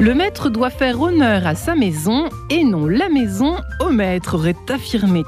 Le maître doit faire honneur à sa maison et non la maison au maître, aurait affirmé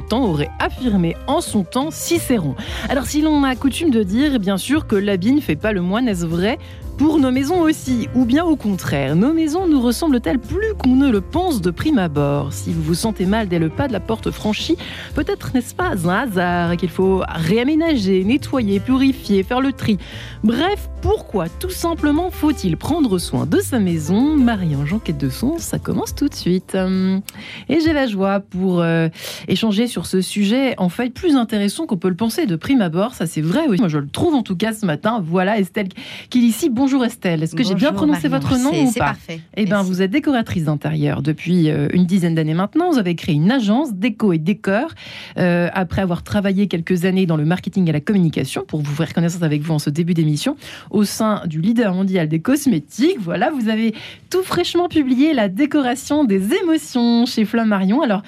en son temps Cicéron. Alors si l'on a coutume de dire bien sûr que l'habit ne fait pas le moine, est-ce vrai pour nos maisons aussi, ou bien au contraire, nos maisons nous ressemblent-elles plus qu'on ne le pense de prime abord? Si vous vous sentez mal dès le pas de la porte franchie, peut-être n'est-ce pas un hasard et qu'il faut réaménager, nettoyer, purifier, faire le tri. Bref, pourquoi tout simplement faut-il prendre soin de sa maison? Marie-Ange en quête de sens, ça commence tout de suite. Et j'ai la joie pour échanger sur ce sujet en fait plus intéressant qu'on peut le penser de prime abord. Ça c'est vrai aussi, moi je le trouve en tout cas ce matin. Voilà Estelle qui est ici. Bonjour Estelle, est-ce que j'ai bien prononcé votre nom ou pas? C'est parfait. Eh bien, vous êtes décoratrice d'intérieur depuis une dizaine d'années maintenant. Vous avez créé une agence déco et décor après avoir travaillé quelques années dans le marketing et la communication, pour vous faire connaissance avec vous en ce début d'émission, au sein du leader mondial des cosmétiques. Voilà, vous avez tout fraîchement publié La décoration des émotions chez Flammarion. Alors,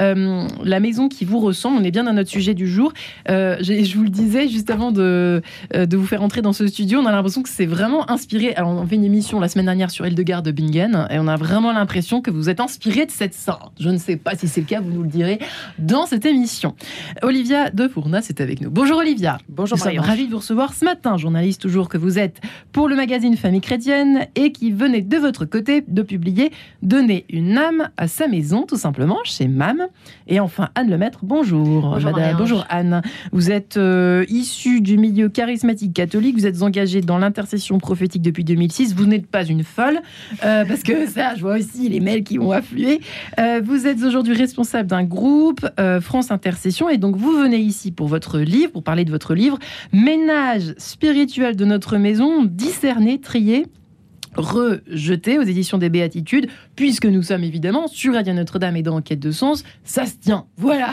la maison qui vous ressemble, on est bien dans notre sujet du jour. Je vous le disais juste avant de vous faire entrer dans ce studio, on a l'impression que c'est vraiment inspiré. Alors, on fait une émission la semaine dernière sur Hildegard de Bingen et on a vraiment l'impression que vous êtes inspiré de cette sainte. Je ne sais pas si c'est le cas, vous nous le direz dans cette émission. Olivia de Fournas est avec nous. Bonjour Olivia. Bonjour Marie-Ange. Nous sommes ravis de vous recevoir ce matin, journaliste toujours que vous êtes pour le magazine Famille Chrétienne et qui venez de votre côté de publier Donner une âme à sa maison, tout simplement, chez MAM. Et enfin, Anne Lemaître, bonjour. Bonjour Madame. Bonjour Anne. Vous êtes issue du milieu charismatique catholique, vous êtes engagée dans l'intercession prophétique depuis 2006. Vous n'êtes pas une folle, parce que ça, je vois aussi les mails qui ont afflué. Vous êtes aujourd'hui responsable d'un groupe, France Intercession, et donc vous venez ici pour votre livre, pour parler de votre livre, Ménage spirituel de notre maison, discerner, trier, rejeté aux éditions des Béatitudes, puisque nous sommes évidemment sur Radio Notre-Dame et dans Enquête de Sens, ça se tient, voilà.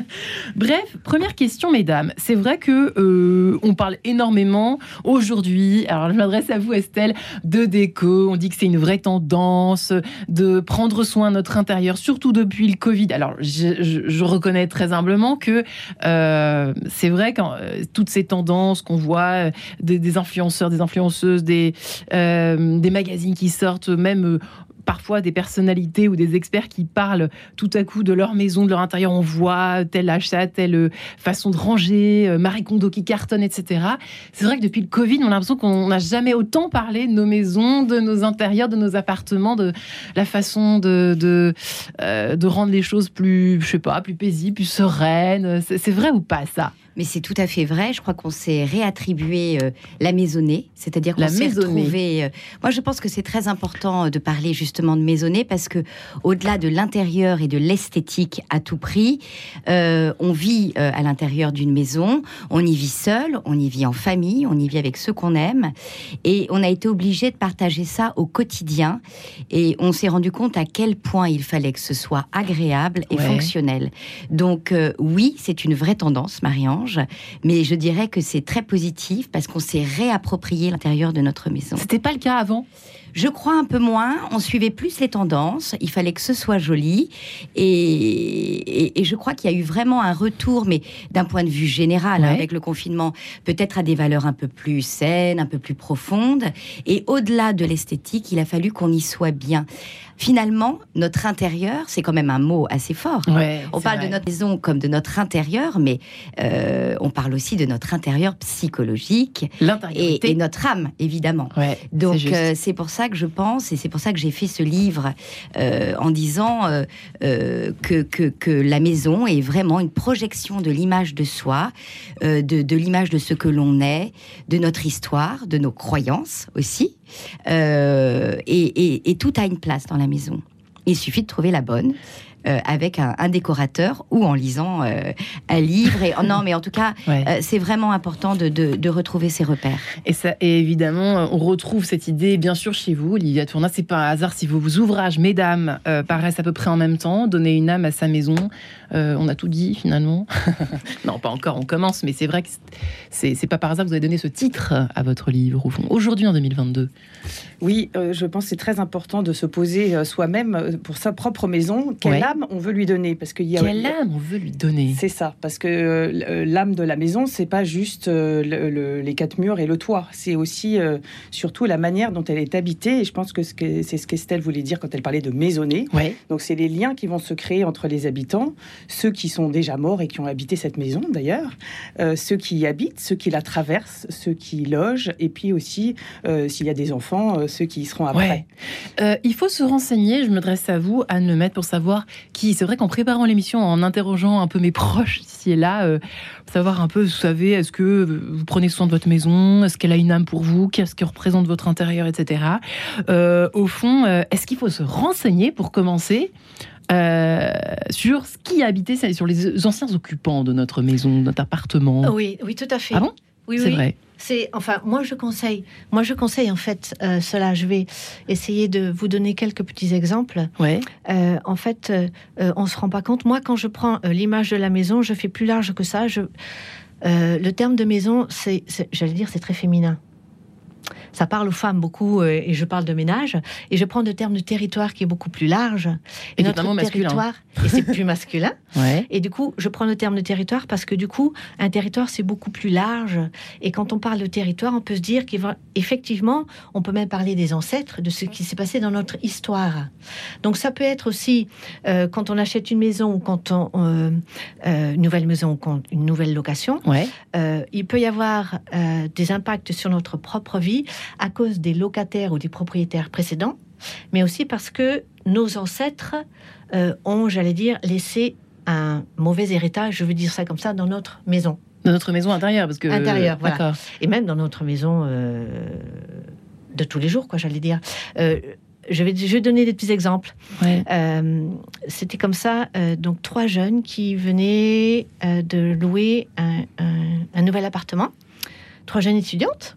Bref, première question mesdames, c'est vrai que on parle énormément aujourd'hui, alors je m'adresse à vous Estelle, de déco, on dit que c'est une vraie tendance de prendre soin de notre intérieur, surtout depuis le Covid. Alors je reconnais très humblement que c'est vrai quand toutes ces tendances qu'on voit des influenceurs, des influenceuses, des magazines qui sortent, même parfois des personnalités ou des experts qui parlent tout à coup de leur maison, de leur intérieur. On voit tel achat, telle façon de ranger, Marie Kondo qui cartonne, etc. C'est vrai que depuis le Covid, on a l'impression qu'on n'a jamais autant parlé de nos maisons, de nos intérieurs, de nos appartements, de la façon de rendre les choses plus, je sais pas, plus paisibles, plus sereines. C'est vrai ou pas ça? Mais c'est tout à fait vrai. Je crois qu'on s'est réattribué la maisonnée, c'est-à-dire qu'on s'est retrouvé. Moi, je pense que c'est très important de parler justement de maisonnée parce que, au-delà de l'intérieur et de l'esthétique à tout prix, on vit à l'intérieur d'une maison. On y vit seul, on y vit en famille, on y vit avec ceux qu'on aime, et on a été obligé de partager ça au quotidien. Et on s'est rendu compte à quel point il fallait que ce soit agréable et fonctionnel. Donc oui, c'est une vraie tendance, Marie-Ange. Mais je dirais que c'est très positif parce qu'on s'est réapproprié l'intérieur de notre maison. C'était pas le cas avant? Je crois un peu moins. On suivait plus les tendances. Il fallait que ce soit joli. Et je crois qu'il y a eu vraiment un retour, mais d'un point de vue général, avec le confinement, peut-être à des valeurs un peu plus saines, un peu plus profondes. Et au-delà de l'esthétique, il a fallu qu'on y soit bien. Finalement, notre intérieur, c'est quand même un mot assez fort. On parle de notre maison comme de notre intérieur, mais on parle aussi de notre intérieur psychologique et notre âme, évidemment. Donc, c'est pour ça que je pense, et c'est pour ça que j'ai fait ce livre en disant que la maison est vraiment une projection de l'image de soi, de l'image de ce que l'on est, de notre histoire, de nos croyances aussi. Et tout a une place dans la maison. Il suffit de trouver la bonne. Avec un décorateur ou en lisant un livre. Non, mais en tout cas, c'est vraiment important de retrouver ses repères. Et évidemment, on retrouve cette idée, bien sûr, chez vous, Olivia Tournat. C'est pas un hasard si vos ouvrages, mesdames, paraissent à peu près en même temps. Donner une âme à sa maison. On a tout dit, finalement. Non, pas encore, on commence. Mais c'est vrai que c'est pas par hasard que vous avez donné ce titre à votre livre, au fond. Aujourd'hui, en 2022. Oui, je pense que c'est très important de se poser soi-même pour sa propre maison. Quelle âme âme on veut lui donner, parce qu'il y a quelle âme on veut lui donner. C'est ça, parce que l'âme de la maison, c'est pas juste les 4 murs et le toit, c'est aussi surtout la manière dont elle est habitée. Et je pense que c'est ce qu'Estelle voulait dire quand elle parlait de maisonner. Ouais. Donc c'est les liens qui vont se créer entre les habitants, ceux qui sont déjà morts et qui ont habité cette maison d'ailleurs, ceux qui y habitent, ceux qui la traversent, ceux qui y logent, et puis aussi s'il y a des enfants, ceux qui y seront après. Ouais. Il faut se renseigner, je m'adresse à vous, Anne Lemaitre, pour savoir qui. C'est vrai qu'en préparant l'émission, en interrogeant un peu mes proches ici et là, savoir un peu, vous savez, est-ce que vous prenez soin de votre maison, est-ce qu'elle a une âme pour vous, qu'est-ce que représente votre intérieur, etc. Au fond, est-ce qu'il faut se renseigner pour commencer sur ce qui habitait, sur les anciens occupants de notre maison, de notre appartement? Oui, tout à fait. Ah bon? Oui, c'est vrai. Moi je conseille en fait cela. Je vais essayer de vous donner quelques petits exemples. Ouais. En fait, on se rend pas compte. Moi, quand je prends l'image de la maison, je fais plus large que ça. Le terme de maison, j'allais dire, c'est très féminin. Ça parle aux femmes beaucoup, et je parle de ménage. Et je prends le terme de territoire qui est beaucoup plus large. Et notre territoire, et c'est plus masculin. Ouais. Et du coup, je prends le terme de territoire parce que du coup, un territoire, c'est beaucoup plus large. Et quand on parle de territoire, on peut se dire qu'effectivement, on peut même parler des ancêtres, de ce qui s'est passé dans notre histoire. Donc ça peut être aussi, quand on achète une maison ou quand une nouvelle maison ou une nouvelle location, Ouais. il peut y avoir des impacts sur notre propre vie à cause des locataires ou des propriétaires précédents, mais aussi parce que nos ancêtres ont, j'allais dire, laissé un mauvais héritage, je veux dire ça comme ça, dans notre maison. Dans notre maison intérieure, parce que... Intérieure, voilà. D'accord. Et même dans notre maison de tous les jours, quoi, j'allais dire. Je vais donner des petits exemples. Ouais. C'était comme ça, donc 3 jeunes qui venaient de louer un nouvel appartement. 3 jeunes étudiantes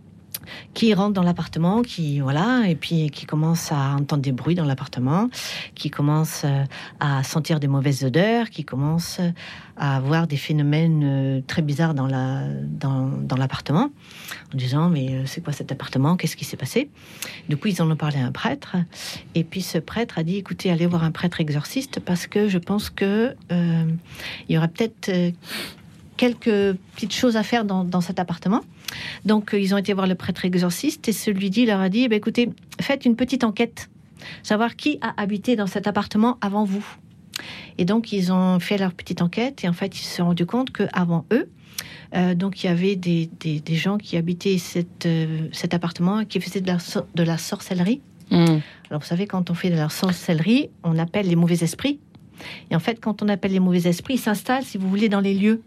qui rentrent dans l'appartement, et puis qui commencent à entendre des bruits dans l'appartement, qui commencent à sentir des mauvaises odeurs, qui commencent à avoir des phénomènes très bizarres dans l'appartement, en disant mais c'est quoi cet appartement, qu'est-ce qui s'est passé? Du coup ils en ont parlé à un prêtre, et puis ce prêtre a dit écoutez, allez voir un prêtre exorciste parce que je pense que il y aura peut-être quelques petites choses à faire dans cet appartement. Donc, ils ont été voir le prêtre exorciste et celui-ci leur a dit, écoutez, faites une petite enquête, savoir qui a habité dans cet appartement avant vous. Et donc, ils ont fait leur petite enquête et en fait, ils se sont rendus compte qu'avant eux, donc il y avait des gens qui habitaient cet appartement qui faisaient de la sorcellerie. Alors, vous savez, quand on fait de la sorcellerie, on appelle les mauvais esprits. Et en fait, quand on appelle les mauvais esprits, ils s'installent, si vous voulez, dans les lieux.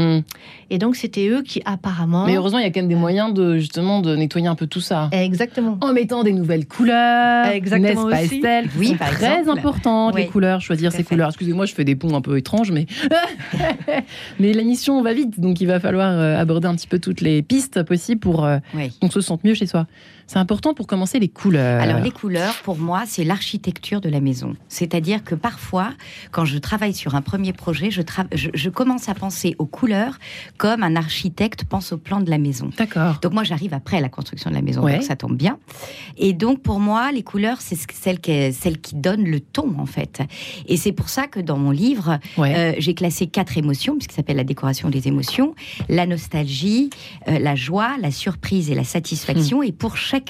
Et donc, c'était eux qui, apparemment... Mais heureusement, il y a quand même des moyens de nettoyer un peu tout ça. Exactement. En mettant des nouvelles couleurs. Exactement. N'est-ce pas, aussi. Estelle? Oui, c'est par très exemple. important, les couleurs, choisir ses couleurs. Excusez-moi, je fais des ponts un peu étranges, mais... mais l'émission va vite, donc il va falloir aborder un petit peu toutes les pistes possibles pour qu'on se sente mieux chez soi. C'est important pour commencer, les couleurs. Alors, les couleurs, pour moi, c'est l'architecture de la maison. C'est-à-dire que parfois, quand je travaille sur un premier projet, je commence à penser aux couleurs comme un architecte pense au plan de la maison. D'accord. Donc moi, j'arrive après la construction de la maison, donc ça tombe bien. Et donc, pour moi, les couleurs, c'est celles qui donnent le ton, en fait. Et c'est pour ça que dans mon livre, j'ai classé 4 émotions, puisqu'il s'appelle La décoration des émotions, la nostalgie, la joie, la surprise et la satisfaction. Et pour chacune,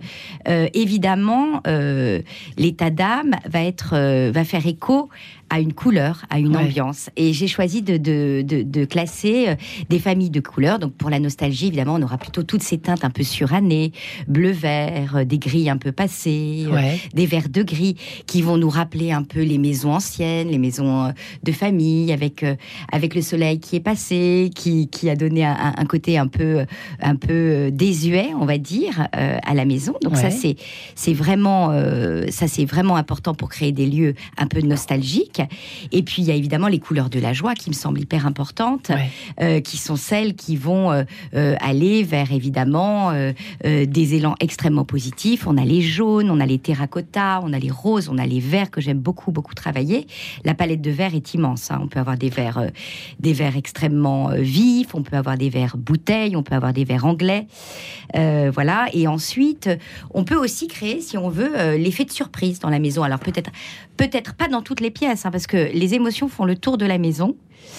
évidemment, l'état d'âme va faire écho à une couleur, à une ambiance. Et j'ai choisi de classer des familles de couleurs. Donc pour la nostalgie, évidemment, on aura plutôt toutes ces teintes un peu surannées, bleu-vert, des gris un peu passés, des verts de gris, qui vont nous rappeler un peu les maisons anciennes, les maisons de famille, avec le soleil qui est passé, qui a donné un côté un peu désuet, on va dire, à la maison. Donc ça, c'est vraiment important pour créer des lieux un peu nostalgiques. magnifique. Et puis, il y a évidemment les couleurs de la joie qui me semblent hyper importantes, qui sont celles qui vont aller vers, évidemment, des élans extrêmement positifs. On a les jaunes, on a les terracottas, on a les roses, on a les verts que j'aime beaucoup, beaucoup travailler. La palette de verts est immense. On peut avoir des verts extrêmement vifs, on peut avoir des verts bouteilles, on peut avoir des verts anglais. Voilà. Et ensuite, on peut aussi créer, si on veut, l'effet de surprise dans la maison. Alors peut-être pas dans toutes les pièces, parce que les émotions font le tour de la maison.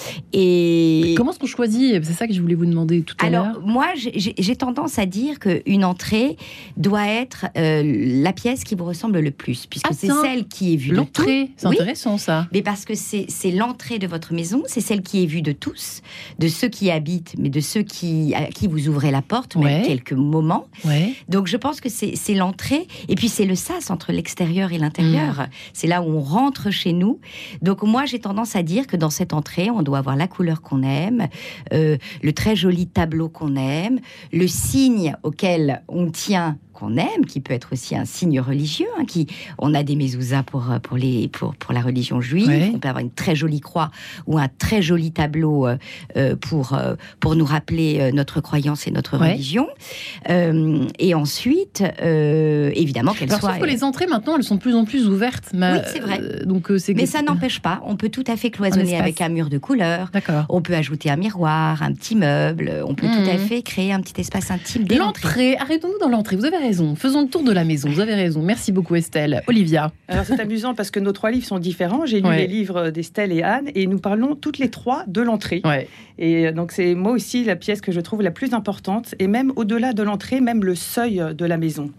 Et comment est-ce qu'on choisit ? C'est ça que je voulais vous demander tout à l'heure. Alors, moi, j'ai tendance à dire qu'une entrée doit être la pièce qui vous ressemble le plus, puisque c'est celle qui est vue de tous. L'entrée, c'est intéressant ça. Mais parce que c'est l'entrée de votre maison, c'est celle qui est vue de tous, de ceux qui y habitent, mais de ceux à qui vous ouvrez la porte, même quelques moments. Donc, je pense que c'est l'entrée, et puis c'est le sas entre l'extérieur et l'intérieur. C'est là où on rentre chez nous. Donc, moi, j'ai tendance à dire que dans cette entrée, on doit avoir la couleur qu'on aime, le très joli tableau qu'on aime, le signe auquel on tient, qu'on aime, qui peut être aussi un signe religieux. On a des mezuzahs pour la religion juive. On peut avoir une très jolie croix ou un très joli tableau pour nous rappeler notre croyance et notre religion. Et ensuite, évidemment, qu'elles soient... Sauf que les entrées, maintenant, elles sont de plus en plus ouvertes. Oui, c'est vrai. Mais ça n'empêche pas. On peut tout à fait cloisonner avec un mur de couleur. D'accord. On peut ajouter un miroir, un petit meuble. On peut tout à fait créer un petit espace intime dès l'entrée. Arrêtons-nous dans l'entrée. Vous avez raison. Faisons le tour de la maison. Vous avez raison. Merci beaucoup, Estelle. Olivia. Alors, c'est amusant parce que nos 3 livres sont différents. J'ai lu les livres d'Estelle et Anne et nous parlons toutes les 3 de l'entrée. Et donc, c'est moi aussi la pièce que je trouve la plus importante. Et même au-delà de l'entrée, même le seuil de la maison.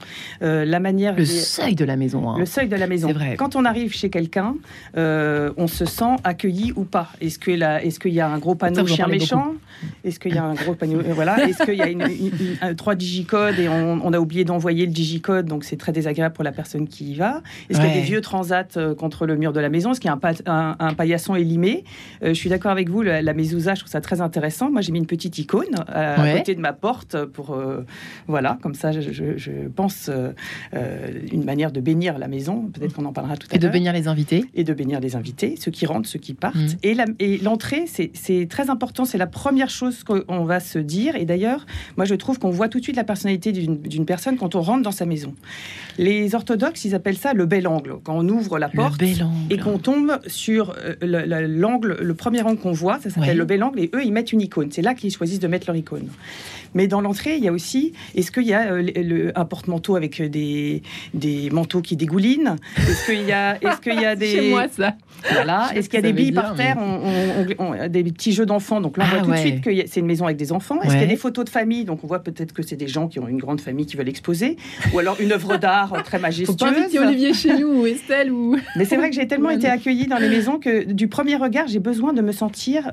Seuil de la maison. Le seuil de la maison. C'est vrai. Quand on arrive chez quelqu'un, on se sent accueilli ou pas. Est-ce qu'il y a un gros panneau chien méchant ? Est-ce qu'il y a un gros panneau... Voilà. Est-ce qu'il y a 3 digicodes et on a oublié d'envoyer le digicode, donc c'est très désagréable pour la personne qui y va. Est-ce qu'il y a des vieux transats contre le mur de la maison ? Est-ce qu'il y a un paillasson élimé ? Je suis d'accord avec vous, la mezuzah, je trouve ça très intéressant. Moi, j'ai mis une petite icône à côté de ma porte pour... voilà, comme ça, je pense une manière de bénir la maison. Peut-être qu'on en parlera tout à l'heure. Et de bénir les invités. Et de bénir les invités, ceux qui rentrent, ceux qui partent. Et l'entrée, c'est très important. C'est la première chose qu'on va se dire. Et d'ailleurs, moi, je trouve qu'on voit tout de suite la personnalité d'une personne quand on rentre dans sa maison. Les orthodoxes, ils appellent ça le bel angle. Quand on ouvre la porte et qu'on tombe sur l'angle, le premier angle qu'on voit, ça s'appelle le bel angle, et eux, ils mettent une icône. C'est là qu'ils choisissent de mettre leur icône. Mais dans l'entrée, il y a aussi, est-ce qu'il y a un porte-manteau avec des manteaux qui dégoulinent ? Est-ce qu'il y a des... Chez moi, ça. Voilà. Est-ce qu'il y a des billes par terre ? Des petits jeux d'enfants. Donc là, on voit tout de suite que c'est une maison avec des enfants. Est-ce qu'il y a des photos de famille ? Donc on voit peut-être que c'est des gens qui ont une grande famille qui veulent exposer. Ou alors une œuvre d'art très majestueuse. Faut pas inviter Olivier chez nous ou Estelle ou... Mais c'est vrai que j'ai tellement été accueillie dans les maisons que du premier regard, j'ai besoin de me sentir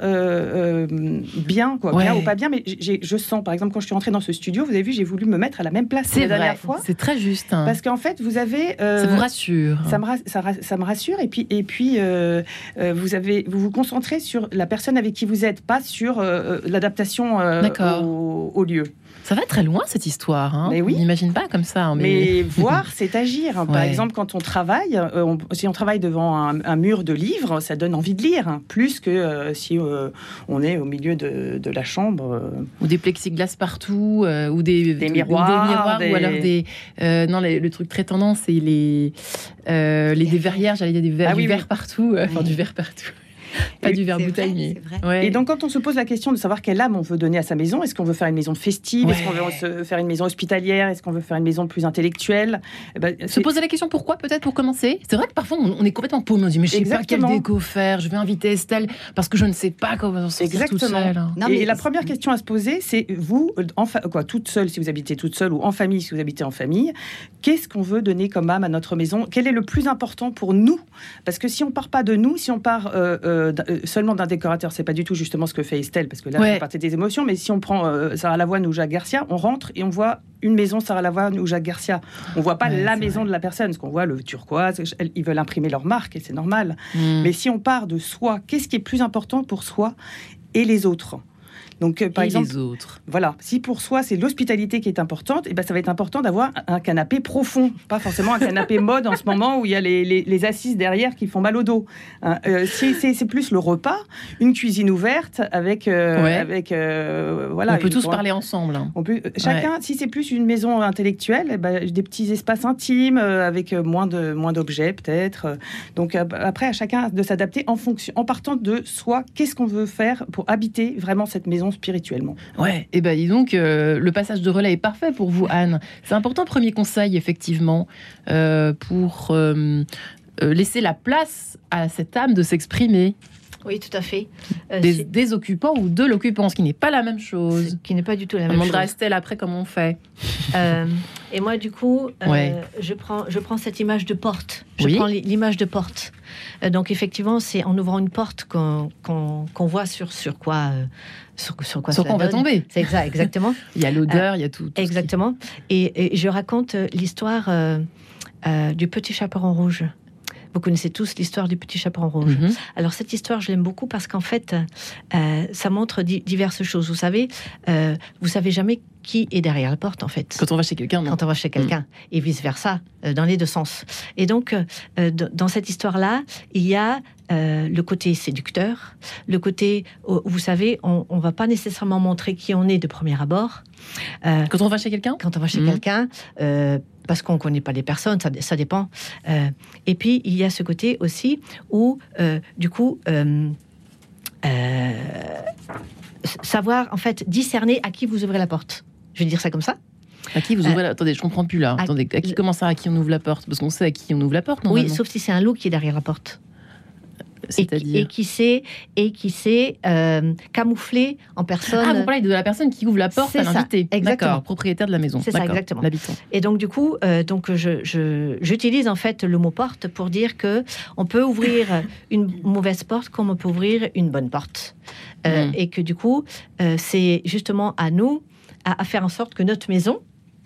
bien, bien ou pas bien. Mais je sens, par exemple, quand je suis rentrée dans ce studio, vous avez vu, j'ai voulu me mettre à la même place que la dernière fois. C'est très juste. Parce qu'en fait, vous avez... ça vous rassure. Ça me rassure. Et puis vous vous concentrez sur la personne avec qui vous êtes, pas sur l'adaptation au lieu. Ça va très loin, cette histoire. Mais oui. On n'imagine pas comme ça. Mais voir, c'est agir. Par exemple, quand on travaille, si on travaille devant un mur de livres, ça donne envie de lire, plus que si on est au milieu de la chambre. Ou des plexiglas partout, ou des miroirs. Ou alors le truc très tendance, c'est des verrières, j'allais dire du verre partout. Du verre partout. Pas du verre bouteille, mais... Et donc, quand on se pose la question de savoir quelle âme on veut donner à sa maison, est-ce qu'on veut faire une maison festive ? Est-ce qu'on veut faire une maison hospitalière ? Est-ce qu'on veut faire une maison plus intellectuelle ? Se poser la question pourquoi, peut-être, pour commencer. C'est vrai que parfois, on est complètement paumé. On se dit, mais je ne sais pas quelle déco faire. Je vais inviter Estelle parce que je ne sais pas comment on s'en sortir tout seul. Et la première question à se poser, c'est vous, toute seule, si vous habitez toute seule, ou en famille, si vous habitez en famille, qu'est-ce qu'on veut donner comme âme à notre maison ? Quel est le plus important pour nous ? Parce que si on ne part pas de nous, si on part... seulement d'un décorateur, c'est pas du tout justement ce que fait Estelle, parce que là, c'est partie des émotions, mais si on prend Sarah Lavoine ou Jacques Garcia, on rentre et on voit une maison Sarah Lavoine ou Jacques Garcia. On voit pas la maison de la personne, parce qu'on voit le turquoise, ils veulent imprimer leur marque, et c'est normal. Mais si on part de soi, qu'est-ce qui est plus important pour soi et les autres ? Donc, par exemple, les autres. Voilà, si pour soi c'est l'hospitalité qui est importante, et ben ça va être important d'avoir un canapé profond, pas forcément un canapé mode en ce moment où il y a les assises derrière qui font mal au dos. Hein, si c'est plus le repas, une cuisine ouverte avec voilà. On peut tous parler ensemble. Hein. On peut chacun, si c'est plus une maison intellectuelle, eh ben, des petits espaces intimes avec moins d'objets peut-être. Donc après à chacun de s'adapter en partant de soi, qu'est-ce qu'on veut faire pour habiter vraiment cette maison spirituellement. Ouais, et ben dis donc, le passage de relais est parfait pour vous, Anne. C'est important, premier conseil, effectivement, pour laisser la place à cette âme de s'exprimer. Oui, tout à fait. Des occupants ou de l'occupant, ce qui n'est pas la même chose. Qui n'est pas du tout la On même chose. demandera à Estelle après comment on fait. Et moi, du coup, je prends cette image de porte. Je prends l'image de porte. Donc, effectivement, c'est en ouvrant une porte qu'on voit sur quoi on va tomber. C'est exactement. Il y a l'odeur, il y a tout. Exactement. Et je raconte l'histoire du Petit Chaperon Rouge. Vous connaissez tous l'histoire du Petit Chaperon Rouge. Mm-hmm. Alors, cette histoire, je l'aime beaucoup parce qu'en fait, ça montre diverses choses. Vous savez jamais qui est derrière la porte, en fait. Quand on va chez quelqu'un, non. Quand on va chez quelqu'un, et vice-versa, dans les deux sens. Et donc, dans cette histoire-là, il y a le côté séducteur, le côté où, vous savez, on ne va pas nécessairement montrer qui on est de premier abord. Quand on va chez quelqu'un ? Quand on va chez quelqu'un, parce qu'on ne connaît pas les personnes, ça dépend. Et puis, il y a ce côté aussi où, du coup, savoir, en fait, discerner à qui vous ouvrez la porte. Je vais dire ça comme ça. À qui vous ouvrez la... Attendez, je comprends plus là. Attendez, à qui commence à qui on ouvre la porte ? Parce qu'on sait à qui on ouvre la porte, normalement. Oui, sauf si c'est un loup qui est derrière la porte. C'est-à-dire et qui s'est camouflé en personne. Ah, vous parlez de la personne qui ouvre la porte à l'invité. Exactement. D'accord, propriétaire de la maison. C'est ça, exactement. L'habitant. Et donc, du coup, j'utilise en fait le mot porte pour dire que on peut ouvrir une mauvaise porte comme on peut ouvrir une bonne porte. Et que du coup, c'est justement à nous à faire en sorte que notre maison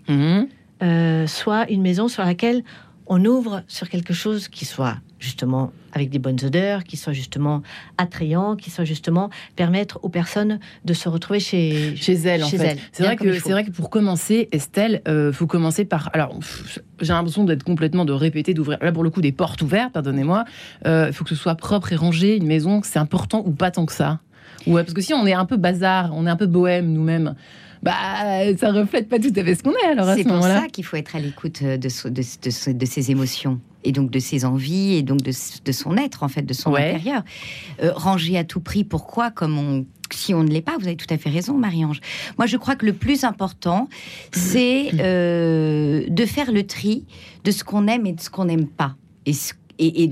soit une maison sur laquelle on ouvre sur quelque chose qui soit justement avec des bonnes odeurs, qui soit justement attrayant, qui soit justement permettre aux personnes de se retrouver chez elles. En fait. C'est vrai que pour commencer, Estelle, faut commencer par. Alors, j'ai l'impression d'être complètement de répéter, d'ouvrir. Là, pour le coup, des portes ouvertes. Pardonnez-moi. Il faut que ce soit propre et rangé. Une maison, c'est important ou pas tant que ça. Ouais, parce que si on est un peu bazar, on est un peu bohème nous-mêmes. Ça reflète pas tout à fait ce qu'on est. Alors c'est pour ça qu'il faut être à l'écoute de ses émotions et donc de ses envies et donc de son être en fait, de son intérieur. Ranger à tout prix. Pourquoi ? Si on ne l'est pas, vous avez tout à fait raison, Marie-Ange. Moi, je crois que le plus important, c'est de faire le tri de ce qu'on aime et de ce qu'on n'aime pas. Et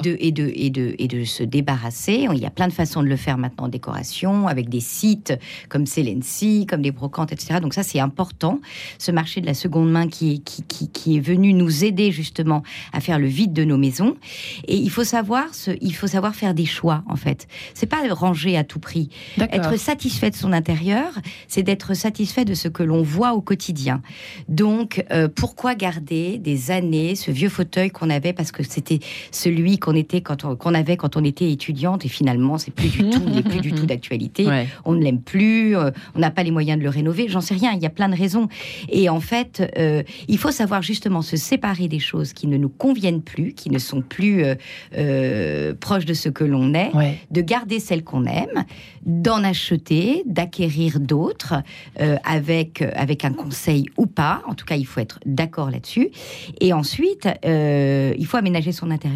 de se débarrasser. Il y a plein de façons de le faire maintenant en décoration, avec des sites comme Celency, comme des brocantes, etc. Donc ça, c'est important. Ce marché de la seconde main qui est venu nous aider justement à faire le vide de nos maisons. Et il faut savoir faire des choix, en fait. C'est pas ranger à tout prix. D'accord. Être satisfait de son intérieur, c'est d'être satisfait de ce que l'on voit au quotidien. Donc, pourquoi garder des années ce vieux fauteuil qu'on avait parce que c'était celui qu'on avait quand on était étudiante et finalement c'est plus du tout, il n'est plus du tout d'actualité. Ouais. On ne l'aime plus, on n'a pas les moyens de le rénover. J'en sais rien, il y a plein de raisons. Et en fait, il faut savoir justement se séparer des choses qui ne nous conviennent plus, qui ne sont plus proches de ce que l'on est, de garder celles qu'on aime, d'en acheter, d'acquérir d'autres avec un conseil ou pas. En tout cas, il faut être d'accord là-dessus. Et ensuite, il faut aménager son intérieur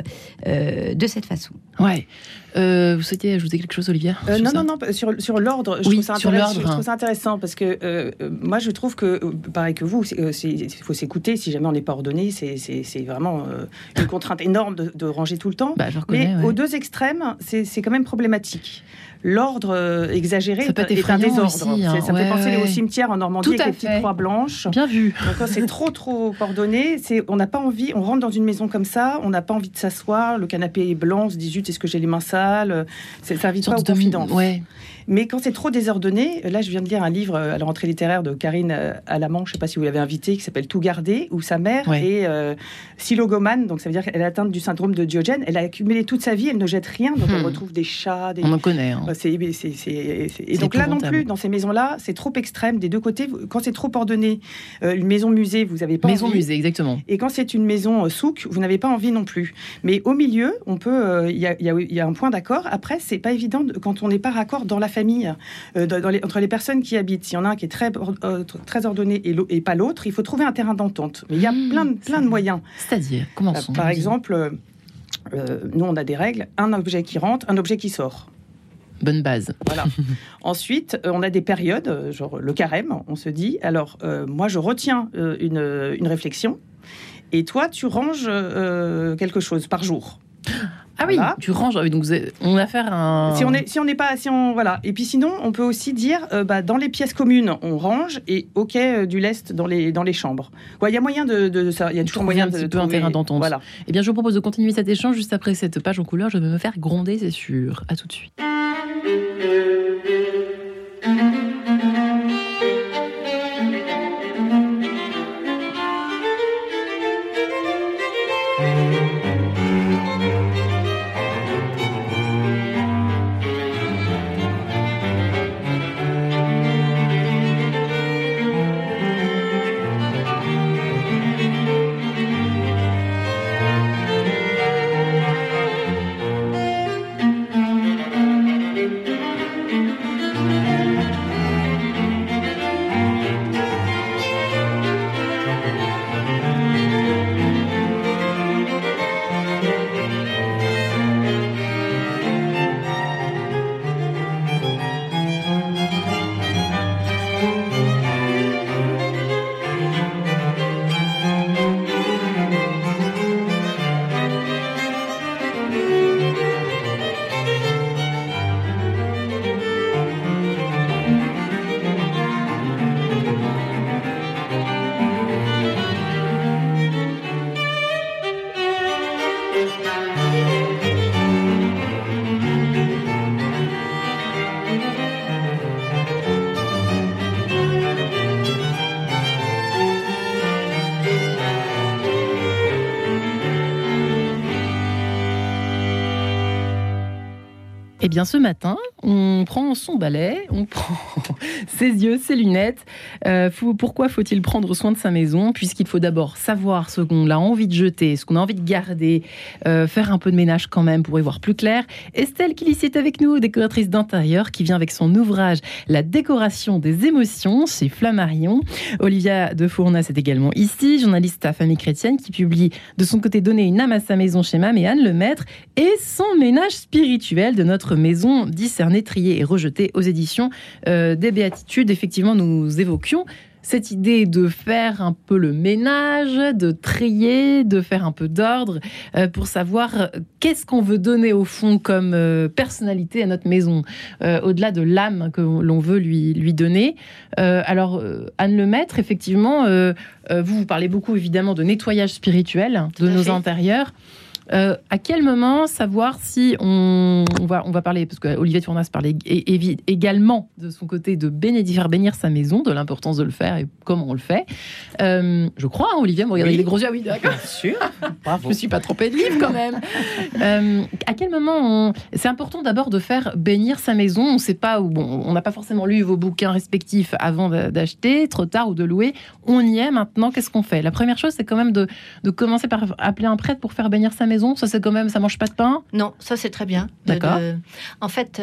de cette façon. Ouais. Vous souhaitiez ajouter quelque chose, Olivia ? Non, sur l'ordre, je trouve ça intéressant parce que moi, je trouve que, pareil que vous, il faut s'écouter. Si jamais on n'est pas ordonné, c'est vraiment une contrainte énorme de ranger tout le temps. Mais aux deux extrêmes, c'est quand même problématique. L'ordre exagéré est un désordre. Aussi, hein. Ça me fait penser au cimetière en Normandie avec les petites croix blanches. Bien vu. Donc, quand c'est trop ordonné, on n'a pas envie, on rentre dans une maison comme ça, on n'a pas envie de s'asseoir, le canapé est blanc, on se dit zut, est-ce que j'ai les mains sales ? Ça invite pas aux confidences. Mais quand c'est trop désordonné, là je viens de lire un livre à la rentrée littéraire de Karine Alamand, je ne sais pas si vous l'avez invité, qui s'appelle Tout garder, où sa mère est silogomane, donc ça veut dire qu'elle est atteinte du syndrome de Diogène. Elle a accumulé toute sa vie, elle ne jette rien, donc elle retrouve des chats. On en connaît. Hein. Et donc là non plus, dans ces maisons-là, c'est trop extrême des deux côtés. Quand c'est trop ordonné, une maison musée, vous n'avez pas envie. Maison musée, exactement. Et quand c'est une maison souk, vous n'avez pas envie non plus. Mais au milieu, on peut, il y a un point d'accord. Après, c'est pas évident quand on n'est pas raccord dans la famille, entre les personnes qui habitent. S'il y en a un qui est très ordonné et pas l'autre, il faut trouver un terrain d'entente. Mais il y a plein de moyens. C'est-à-dire, commençons. Par exemple, nous on a des règles, un objet qui rentre, un objet qui sort. Bonne base. Voilà. Ensuite, on a des périodes, genre le carême, on se dit, alors moi je retiens une réflexion, et toi tu ranges quelque chose par jour. Ah oui, voilà. Tu ranges. Donc on va faire un. Voilà. Et puis sinon, on peut aussi dire, dans les pièces communes, on range et du lest dans les chambres. Il y a moyen de ça. Il y a toujours moyen de trouver un terrain d'entente. Voilà. Eh bien, je vous propose de continuer cet échange juste après cette page en couleur. Je vais me faire gronder, c'est sûr. À tout de suite. Eh bien, ce matin, on prend son balai, on prend ses yeux, ses lunettes. Pourquoi faut-il prendre soin de sa maison ? Puisqu'il faut d'abord savoir ce qu'on a envie de jeter, ce qu'on a envie de garder, faire un peu de ménage quand même pour y voir plus clair. Estelle Kilissi est avec nous, décoratrice d'intérieur, qui vient avec son ouvrage « La décoration des émotions » chez Flammarion. Olivia de Fournas est également ici, journaliste à Famille Chrétienne, qui publie de son côté « Donner une âme à sa maison » chez Mam et Anne Lemaître, et son ménage spirituel de notre maison discernée, triée et rejetée aux éditions des Béatitudes. Effectivement, nous évoquions cette idée de faire un peu le ménage, de trier, de faire un peu d'ordre pour savoir qu'est-ce qu'on veut donner au fond comme personnalité à notre maison, au-delà de l'âme que l'on veut lui donner. Alors, Anne Lemaître, effectivement, vous parlez beaucoup évidemment de nettoyage spirituel de nos intérieurs. À quel moment savoir si on va parler, parce qu'Olivier de Fournas parlait également de son côté de faire bénir sa maison, de l'importance de le faire et comment on le fait. Je crois, hein, Olivier, vous regardez les gros yeux. Oui, d'accord. Bien sûr. Bravo. Je me suis pas trompée de livre quand même. À quel moment c'est important d'abord de faire bénir sa maison. On sait pas où. Bon, on n'a pas forcément lu vos bouquins respectifs avant d'acheter, trop tard ou de louer. On y est maintenant. Qu'est-ce qu'on fait ? La première chose, c'est quand même de commencer par appeler un prêtre pour faire bénir sa maison. Ça, c'est quand même, ça mange pas de pain ? Non, ça c'est très bien. D'accord. En fait,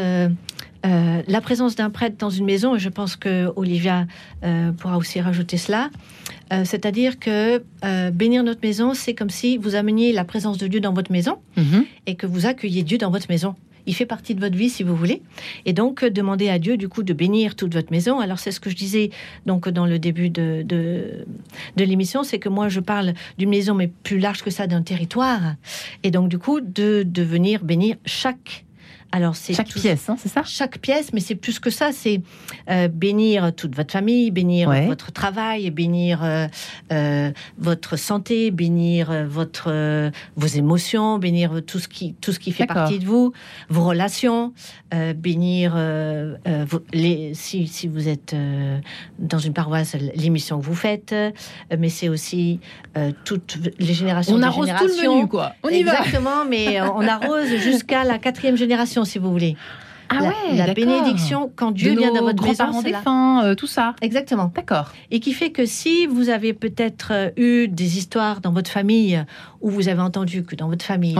la présence d'un prêtre dans une maison, et je pense que Olivia pourra aussi rajouter cela, c'est-à-dire que bénir notre maison, c'est comme si vous ameniez la présence de Dieu dans votre maison et que vous accueilliez Dieu dans votre maison. Il fait partie de votre vie, si vous voulez. Et donc, demandez à Dieu, du coup, de bénir toute votre maison. Alors, c'est ce que je disais donc, dans le début de l'émission, c'est que moi, je parle d'une maison, mais plus large que ça, d'un territoire. Et donc, du coup, de venir bénir chaque Alors, c'est chaque pièce, c'est ça? Chaque pièce, mais c'est plus que ça. C'est bénir toute votre famille, bénir votre travail, bénir votre santé, bénir vos émotions, bénir tout ce qui fait partie de vous, vos relations, bénir si vous êtes dans une paroisse, l'émission que vous faites, mais c'est aussi toutes les générations. On arrose tout le menu, quoi. On y va. Exactement, mais on arrose jusqu'à la 4e génération, si vous voulez. La bénédiction quand Dieu vient dans votre maison, grands-parents défunts, tout ça. Exactement. D'accord. Et qui fait que si vous avez peut-être eu des histoires dans votre famille où vous avez entendu que dans votre famille,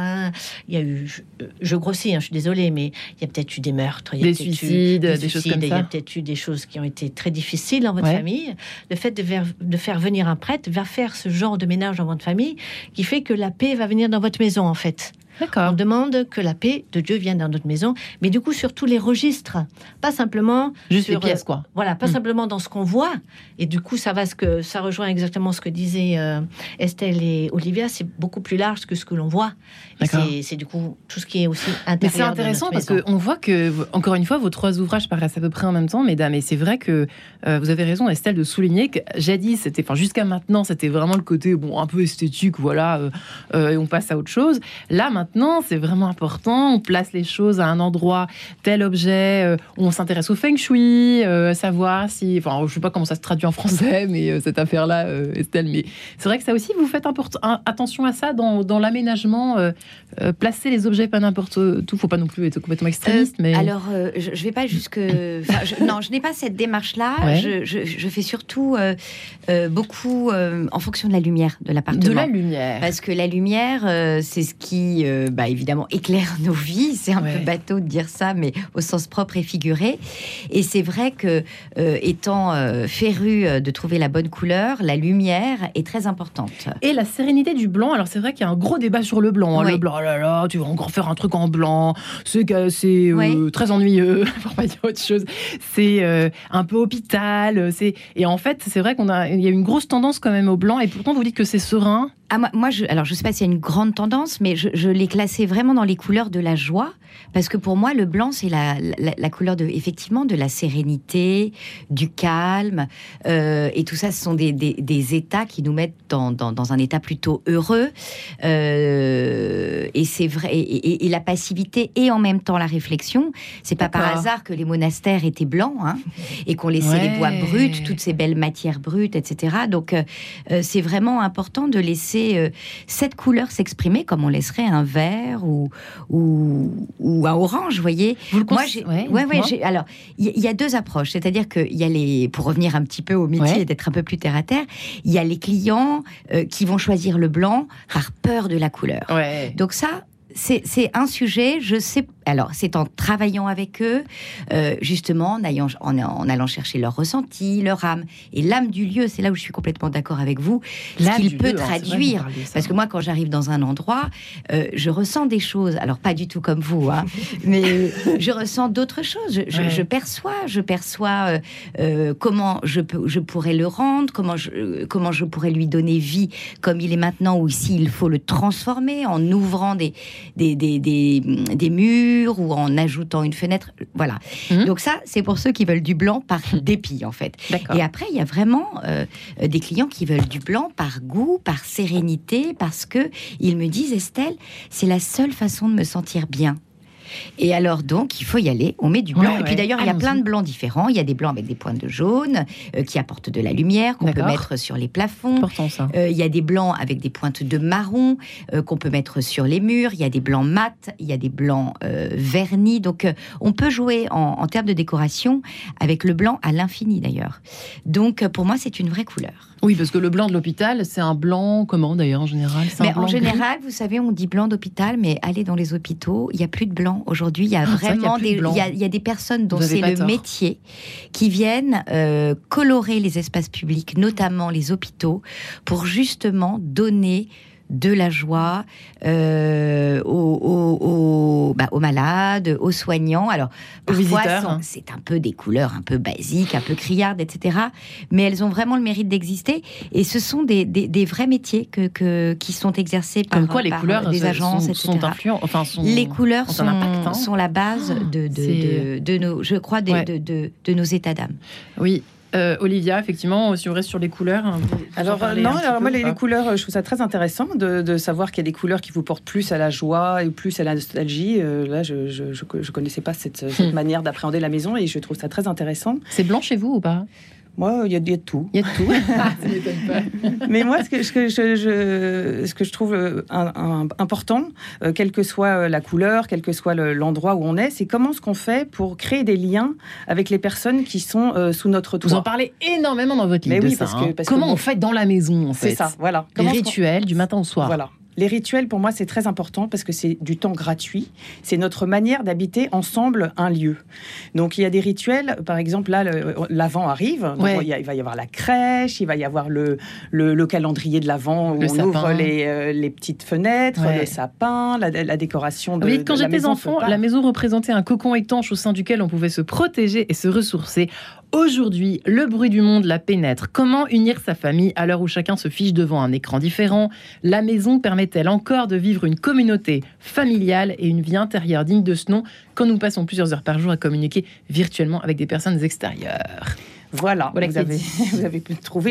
il y a eu, je grossis, je suis désolée, mais il y a peut-être eu des meurtres, des suicides, des choses comme ça. Il y a peut-être eu des choses qui ont été très difficiles dans votre famille. Le fait de faire venir un prêtre va faire ce genre de ménage dans votre famille qui fait que la paix va venir dans votre maison, en fait. D'accord. On demande que la paix de Dieu vienne dans notre maison, mais du coup sur tous les registres, pas simplement juste les pièces, quoi. Voilà, pas simplement dans ce qu'on voit. Et du coup, ça rejoint exactement ce que disaient Estelle et Olivia. C'est beaucoup plus large que ce que l'on voit. Et c'est du coup tout ce qui est aussi intérieur. Mais c'est intéressant parce qu'on voit que, encore une fois, vos 3 ouvrages paraissent à peu près en même temps, mesdames. Et c'est vrai que vous avez raison, Estelle, de souligner que jadis, jusqu'à maintenant, c'était vraiment le côté un peu esthétique, voilà, et on passe à autre chose. Là, maintenant, c'est vraiment important. On place les choses à un endroit, tel objet. On s'intéresse au feng shui, savoir si... Enfin, je ne sais pas comment ça se traduit en français, mais cette affaire-là, Estelle. Mais c'est vrai que ça aussi, vous faites attention à ça dans l'aménagement. Placer les objets pas n'importe où. Il ne faut pas non plus être complètement extrémiste. Mais... Alors, je ne vais pas jusque... non, je n'ai pas cette démarche-là. Ouais. Je fais surtout beaucoup en fonction de la lumière de l'appartement. De la lumière. Parce que la lumière, c'est ce qui... évidemment, éclaire nos vies. C'est un peu bateau de dire ça, mais au sens propre et figuré. Et c'est vrai que, étant féru de trouver la bonne couleur, la lumière est très importante. Et la sérénité du blanc. Alors, c'est vrai qu'il y a un gros débat sur le blanc. Le blanc, oh là là, tu vas encore faire un truc en blanc. C'est très ennuyeux, pour pas dire autre chose. C'est un peu hôpital. Et en fait, c'est vrai qu'il y a une grosse tendance quand même au blanc. Et pourtant, vous dites que c'est serein. Moi, je sais pas s'il y a une grande tendance, mais je l'ai classé vraiment dans les couleurs de la joie, parce que pour moi, le blanc, c'est la couleur effectivement de la sérénité, du calme, et tout ça, ce sont des états qui nous mettent dans un état plutôt heureux, et c'est vrai, et la passivité et en même temps la réflexion. C'est pas par hasard que les monastères étaient blancs, et qu'on laissait les bois bruts, toutes ces belles matières brutes, etc. Donc, c'est vraiment important de laisser cette couleur s'exprimer comme on laisserait un vert ou un orange, vous voyez. Alors, il y a 2 approches, c'est-à-dire qu'il y a pour revenir un petit peu au métier et d'être un peu plus terre à terre, il y a les clients qui vont choisir le blanc par peur de la couleur. Donc ça, c'est un sujet, je sais. Alors, c'est en travaillant avec eux, justement, en allant chercher leur ressenti, leur âme. Et l'âme du lieu, c'est là où je suis complètement d'accord avec vous, ce qu'il peut traduire. Parce que moi, quand j'arrive dans un endroit, je ressens des choses. Alors, pas du tout comme vous, mais je ressens d'autres choses. Je perçois comment je pourrais le rendre, comment je pourrais lui donner vie comme il est maintenant, ou s'il faut le transformer en ouvrant des murs, ou en ajoutant une fenêtre, voilà. Donc ça, c'est pour ceux qui veulent du blanc par dépit, en fait. Et après, il y a vraiment des clients qui veulent du blanc par goût, par sérénité, parce que ils me disent, Estelle, c'est la seule façon de me sentir bien. Et alors donc, il faut y aller, on met du blanc. Et puis d'ailleurs, il y a plein de blancs différents. Il y a des blancs avec des pointes de jaune qui apportent de la lumière, qu'on peut mettre sur les plafonds. Important, ça. Il y a des blancs avec des pointes de marron qu'on peut mettre sur les murs. Il y a des blancs mat, il y a des blancs vernis. Donc, on peut jouer en termes de décoration avec le blanc à l'infini, d'ailleurs. Donc, pour moi, c'est une vraie couleur. Oui, parce que le blanc de l'hôpital, c'est un blanc, comment d'ailleurs en général? En général, vous savez, on dit blanc d'hôpital, mais allez dans les hôpitaux, il n'y a plus de blanc. Aujourd'hui, il y a vraiment il y a des personnes dont c'est le métier qui viennent colorer les espaces publics, notamment les hôpitaux, pour justement donner de la joie aux malades, aux soignants. Alors, parfois, c'est un peu des couleurs un peu basiques, un peu criardes, etc. Mais elles ont vraiment le mérite d'exister. Et ce sont des vrais métiers qui sont exercés par, les couleurs des agences, etc. Sont influents. Les couleurs sont sont la base de nos, je crois, de nos états d'âme. Oui. Olivia, effectivement, si on reste sur les couleurs. Moi, les couleurs, je trouve ça très intéressant de savoir qu'il y a des couleurs qui vous portent plus à la joie et plus à la nostalgie. Là, je connaissais pas cette manière d'appréhender la maison et je trouve ça très intéressant. C'est blanc chez vous ou pas ? Moi, il y a de tout. Il y a de tout. Ça m'étonne pas. Mais moi, ce que je trouve important, quelle que soit la couleur, quel que soit l'endroit où on est, c'est comment ce qu'on fait pour créer des liens avec les personnes qui sont sous notre toit. Vous en parlez énormément dans votre livre de ça. Comment on fait dans la maison, en fait. C'est ça, voilà. Les rituels du matin au soir. Voilà. Les rituels, pour moi, c'est très important parce que c'est du temps gratuit. C'est notre manière d'habiter ensemble un lieu. Donc, il y a des rituels. Par exemple, là, l'Avent arrive. Donc, il va y avoir la crèche, il va y avoir le calendrier de l'Avent où on ouvre les petites fenêtres, le sapin, la décoration de la maison. Quand j'étais enfant, la maison représentait un cocon étanche au sein duquel on pouvait se protéger et se ressourcer. Aujourd'hui, le bruit du monde la pénètre. Comment unir sa famille à l'heure où chacun se fiche devant un écran différent ? La maison permet-elle encore de vivre une communauté familiale et une vie intérieure digne de ce nom quand nous passons plusieurs heures par jour à communiquer virtuellement avec des personnes extérieures ? Voilà, vous avez pu trouver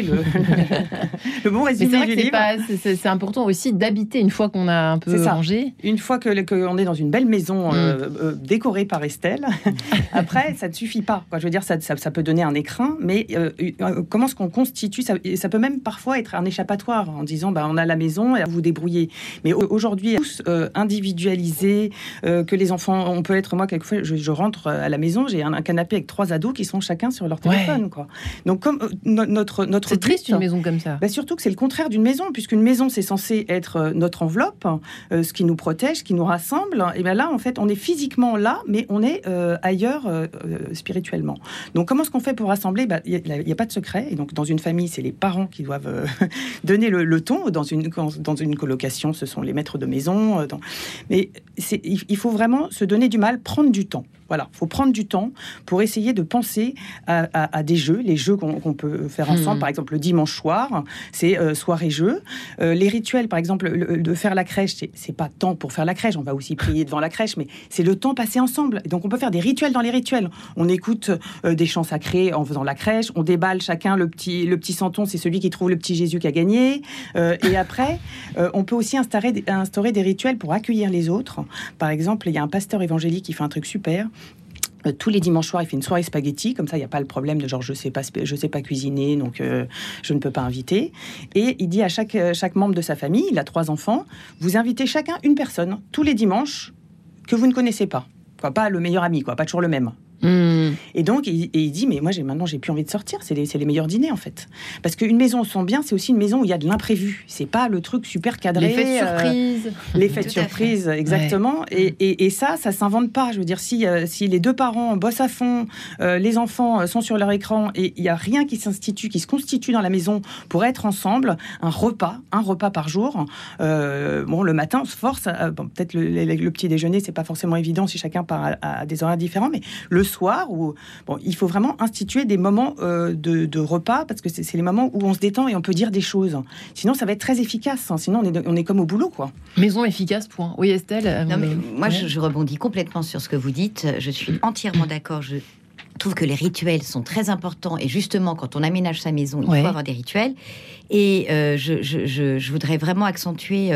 le bon résumé du livre. C'est important aussi d'habiter une fois qu'on a un peu rangé. Une fois qu'on est dans une belle maison décorée par Estelle, après, ça ne suffit pas. Je veux dire, ça peut donner un écrin, mais comment est-ce qu'on constitue ça peut même parfois être un échappatoire en disant on a la maison et vous vous débrouillez. Mais aujourd'hui, tous individualisés, que les enfants, on peut être, moi, quelquefois, je rentre à la maison, j'ai un canapé avec 3 ados qui sont chacun sur leur téléphone. Quoi. Donc, comme notre c'est triste une maison comme ça. Surtout que c'est le contraire d'une maison, puisqu'une maison c'est censé être notre enveloppe, ce qui nous protège, ce qui nous rassemble. Et bien là, en fait, on est physiquement là, mais on est ailleurs spirituellement. Donc, comment est-ce qu'on fait pour rassembler ? Il n'y a pas de secret. Et donc, dans une famille, c'est les parents qui doivent donner le ton. Dans une colocation, ce sont les maîtres de maison. Mais il faut vraiment se donner du mal, prendre du temps. Voilà, il faut prendre du temps pour essayer de penser à des jeux, les jeux qu'on peut faire ensemble. Par exemple, le dimanche soir, c'est soirée-jeu. Les rituels, par exemple, de faire la crèche, c'est pas tant pour faire la crèche, on va aussi prier devant la crèche, mais c'est le temps passé ensemble. Et donc, on peut faire des rituels dans les rituels. On écoute des chants sacrés en faisant la crèche, on déballe chacun le petit santon, c'est celui qui trouve le petit Jésus qui a gagné. Et après, on peut aussi instaurer des rituels pour accueillir les autres. Par exemple, il y a un pasteur évangélique qui fait un truc super. Tous les dimanches soirs, il fait une soirée spaghetti, comme ça, il n'y a pas le problème de genre je sais pas cuisiner, donc je ne peux pas inviter. Et il dit à chaque membre de sa famille, il a 3 enfants, vous invitez chacun une personne tous les dimanches que vous ne connaissez pas, pas le meilleur ami, pas toujours le même. Et donc, il dit, mais moi, maintenant, j'ai plus envie de sortir. C'est les meilleurs dîners, en fait. Parce qu'une maison au son bien, c'est aussi une maison où il y a de l'imprévu. C'est pas le truc super cadré. L'effet de surprise. L'effet de surprise, exactement. Ouais. Et ça s'invente pas. Je veux dire, si les 2 parents bossent à fond, les enfants sont sur leur écran et il y a rien qui se constitue dans la maison pour être ensemble, un repas par jour. Le matin, on se force. Peut-être le petit déjeuner, c'est pas forcément évident si chacun part à des horaires différents, mais le soir, il faut vraiment instituer des moments de repas, parce que c'est les moments où on se détend et on peut dire des choses. Sinon, ça va être très efficace. Sinon, on est comme au boulot, quoi. Maison efficace, point. Oui, Estelle. Moi, je rebondis complètement sur ce que vous dites. Je suis entièrement d'accord. Je trouve que les rituels sont très importants. Et justement, quand on aménage sa maison, il faut avoir des rituels. Et je voudrais vraiment accentuer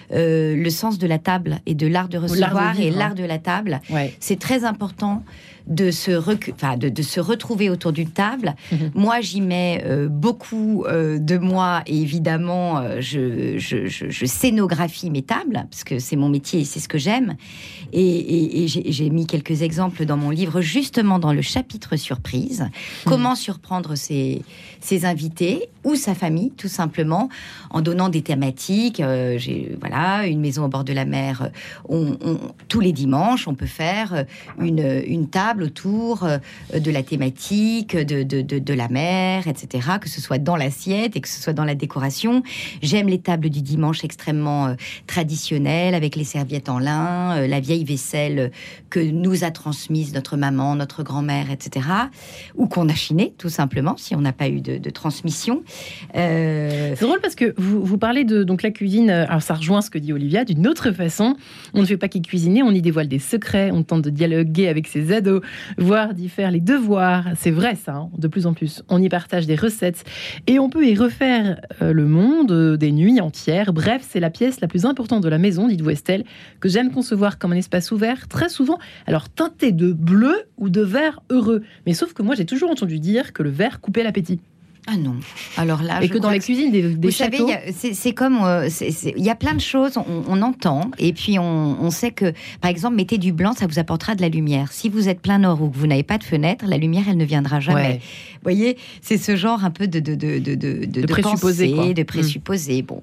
le sens de la table et de l'art de recevoir et l'art de la table. Ouais. C'est très important de se retrouver autour d'une table. Moi, j'y mets beaucoup de moi, et évidemment, je scénographie mes tables, parce que c'est mon métier et c'est ce que j'aime. Et j'ai mis quelques exemples dans mon livre, justement dans le chapitre surprise. Comment surprendre ses invités ou sa famille, tout simplement, en donnant des thématiques. Une maison au bord de la mer. Tous les dimanches, on peut faire une table table autour de la thématique, de la mer, etc., que ce soit dans l'assiette et que ce soit dans la décoration. J'aime les tables du dimanche extrêmement traditionnelles, avec les serviettes en lin, la vieille vaisselle que nous a transmise notre maman, notre grand-mère, etc., ou qu'on a chiné, tout simplement, si on n'a pas eu de transmission. C'est drôle parce que vous parlez de donc, la cuisine, alors ça rejoint ce que dit Olivia, d'une autre façon. On ne fait pas qu'y cuisiner, on y dévoile des secrets, on tente de dialoguer avec ses ados, voire d'y faire les devoirs. C'est vrai ça, hein, de plus en plus. On y partage des recettes et on peut y refaire le monde des nuits entières. Bref, c'est la pièce la plus importante de la maison, dites-vous Estelle, que j'aime concevoir comme un espace ouvert, très souvent, alors teinté de bleu ou de vert heureux. Mais sauf que moi, j'ai toujours entendu dire que le vert coupait l'appétit. Ah non. Alors là, et que dans les cuisines des châteaux... Vous savez, c'est comme... il y a plein de choses, on entend, et puis on sait que, par exemple, mettez du blanc, ça vous apportera de la lumière. Si vous êtes plein nord ou que vous n'avez pas de fenêtre, la lumière, elle ne viendra jamais. Ouais. Vous voyez, c'est ce genre un peu de présupposé, pensée, de présupposé. Bon.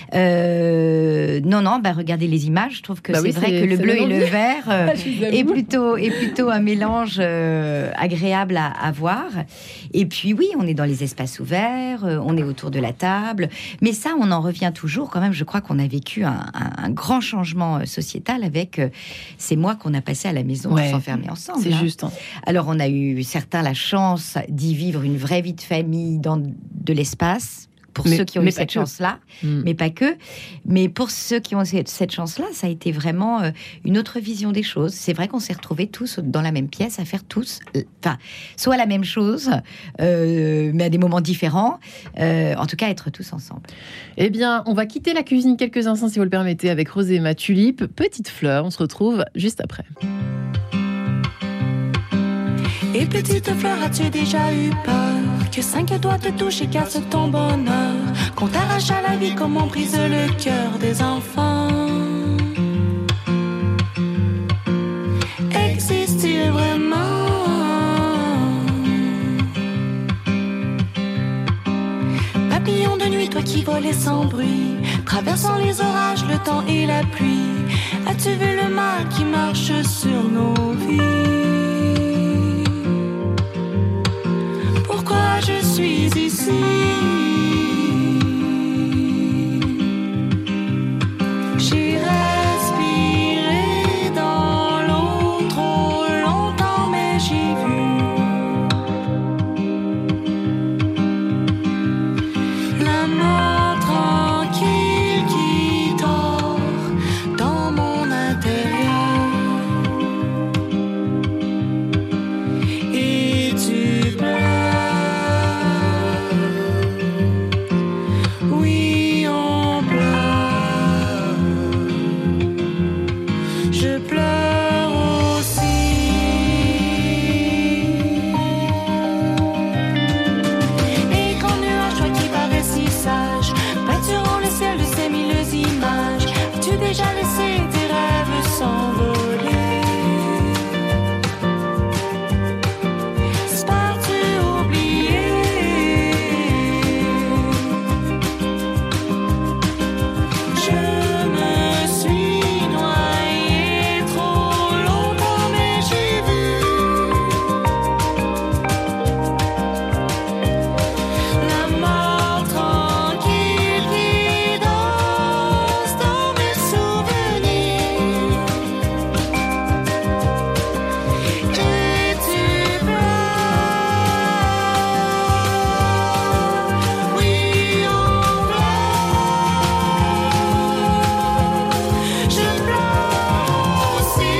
Non, regardez les images, je trouve que c'est vrai que le bleu et le vert est plutôt un mélange agréable à voir. Et puis oui, on est dans les espaces ouverts, on est autour de la table, mais ça, on en revient toujours quand même. Je crois qu'on a vécu un grand changement sociétal avec ces mois qu'on a passés à la maison pour s'enfermer ensemble. C'est juste. Hein. Alors, on a eu certains la chance d'y vivre une vraie vie de famille dans de l'espace. Pour ceux qui ont eu cette chance-là, mais pas que. Mais pour ceux qui ont cette chance-là, ça a été vraiment une autre vision des choses. C'est vrai qu'on s'est retrouvés tous dans la même pièce à faire soit la même chose, mais à des moments différents. En tout cas, être tous ensemble. Eh bien, on va quitter la cuisine quelques instants, si vous le permettez, avec Rosé et ma tulipe. Petite fleur, on se retrouve juste après. Et petite fleur, as-tu déjà eu peur que 5 doigts te touchent et cassent ton bonheur, qu'on t'arrache à la vie comme on brise le cœur des enfants? Existe-t-il vraiment papillon de nuit, toi qui volais sans bruit, traversant les orages, le temps et la pluie, as-tu vu le mal qui marche sur nos vies? Pourquoi je suis ici? J'ai respiré dans l'eau trop longtemps, mais j'ai vu la mort tranquille qui dort dans mon intérieur. Et tu pleures. Déjà laissé tes rêves s'envoler. Pars-tu oublier? Je me suis noyée trop longtemps, mais j'ai vu la mort tranquille qui danse dans mes souvenirs. Et tu pleures. Oui, on pleure. Je pleure aussi.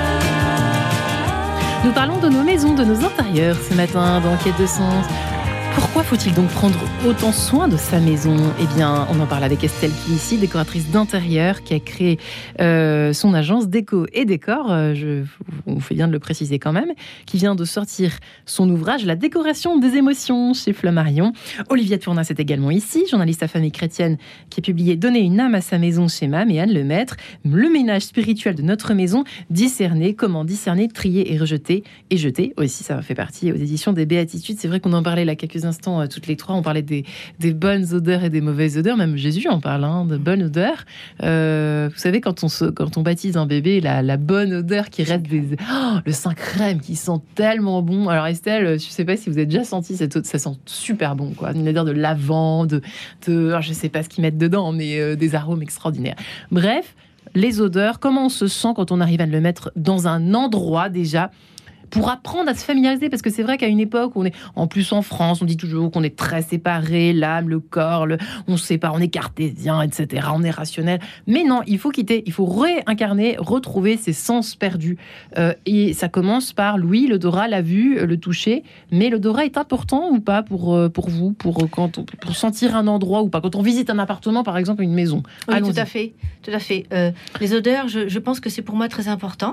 Nous parlons de nos maisons, de nos intérieurs ce matin dans Quête de Sens. Pourquoi faut-il donc prendre autant soin de sa maison ? Eh bien, on en parle avec Estelle qui ici, décoratrice d'intérieur, qui a créé son agence Déco et Décor, je vous fais bien de le préciser quand même, qui vient de sortir son ouvrage La décoration des émotions chez Flammarion. Olivia Tournas est également ici, journaliste à Famille Chrétienne, qui a publié Donner une âme à sa maison chez MAM, et Anne Lemaître, Le ménage spirituel de notre maison, discerner, comment discerner, trier et rejeter, et jeter aussi, ça fait partie aux éditions des Béatitudes. C'est vrai qu'on en parlait là quelques instants, toutes les trois, on parlait des bonnes odeurs et des mauvaises odeurs, même Jésus en parle, de bonnes odeurs. Vous savez, quand on baptise un bébé, la bonne odeur qui reste le sein crème qui sent tellement bon. Alors Estelle, je sais pas si vous avez déjà senti cette odeur, ça sent super bon, quoi. Une odeur de lavande, alors je sais pas ce qu'ils mettent dedans, mais des arômes extraordinaires. Bref, les odeurs, comment on se sent quand on arrive à le mettre dans un endroit déjà, pour apprendre à se familiariser, parce que c'est vrai qu'à une époque, on est en plus en France, on dit toujours qu'on est très séparés, l'âme, le corps, on se sépare, on est cartésien, etc., on est rationnel. Mais non, il faut réincarner, retrouver ses sens perdus. Et ça commence par l'ouïe, l'odorat, la vue, le toucher. Mais l'odorat est important ou pas pour vous, pour sentir un endroit ou pas, quand on visite un appartement, par exemple, une maison. Oui, tout à fait. Les odeurs, je pense que c'est pour moi très important.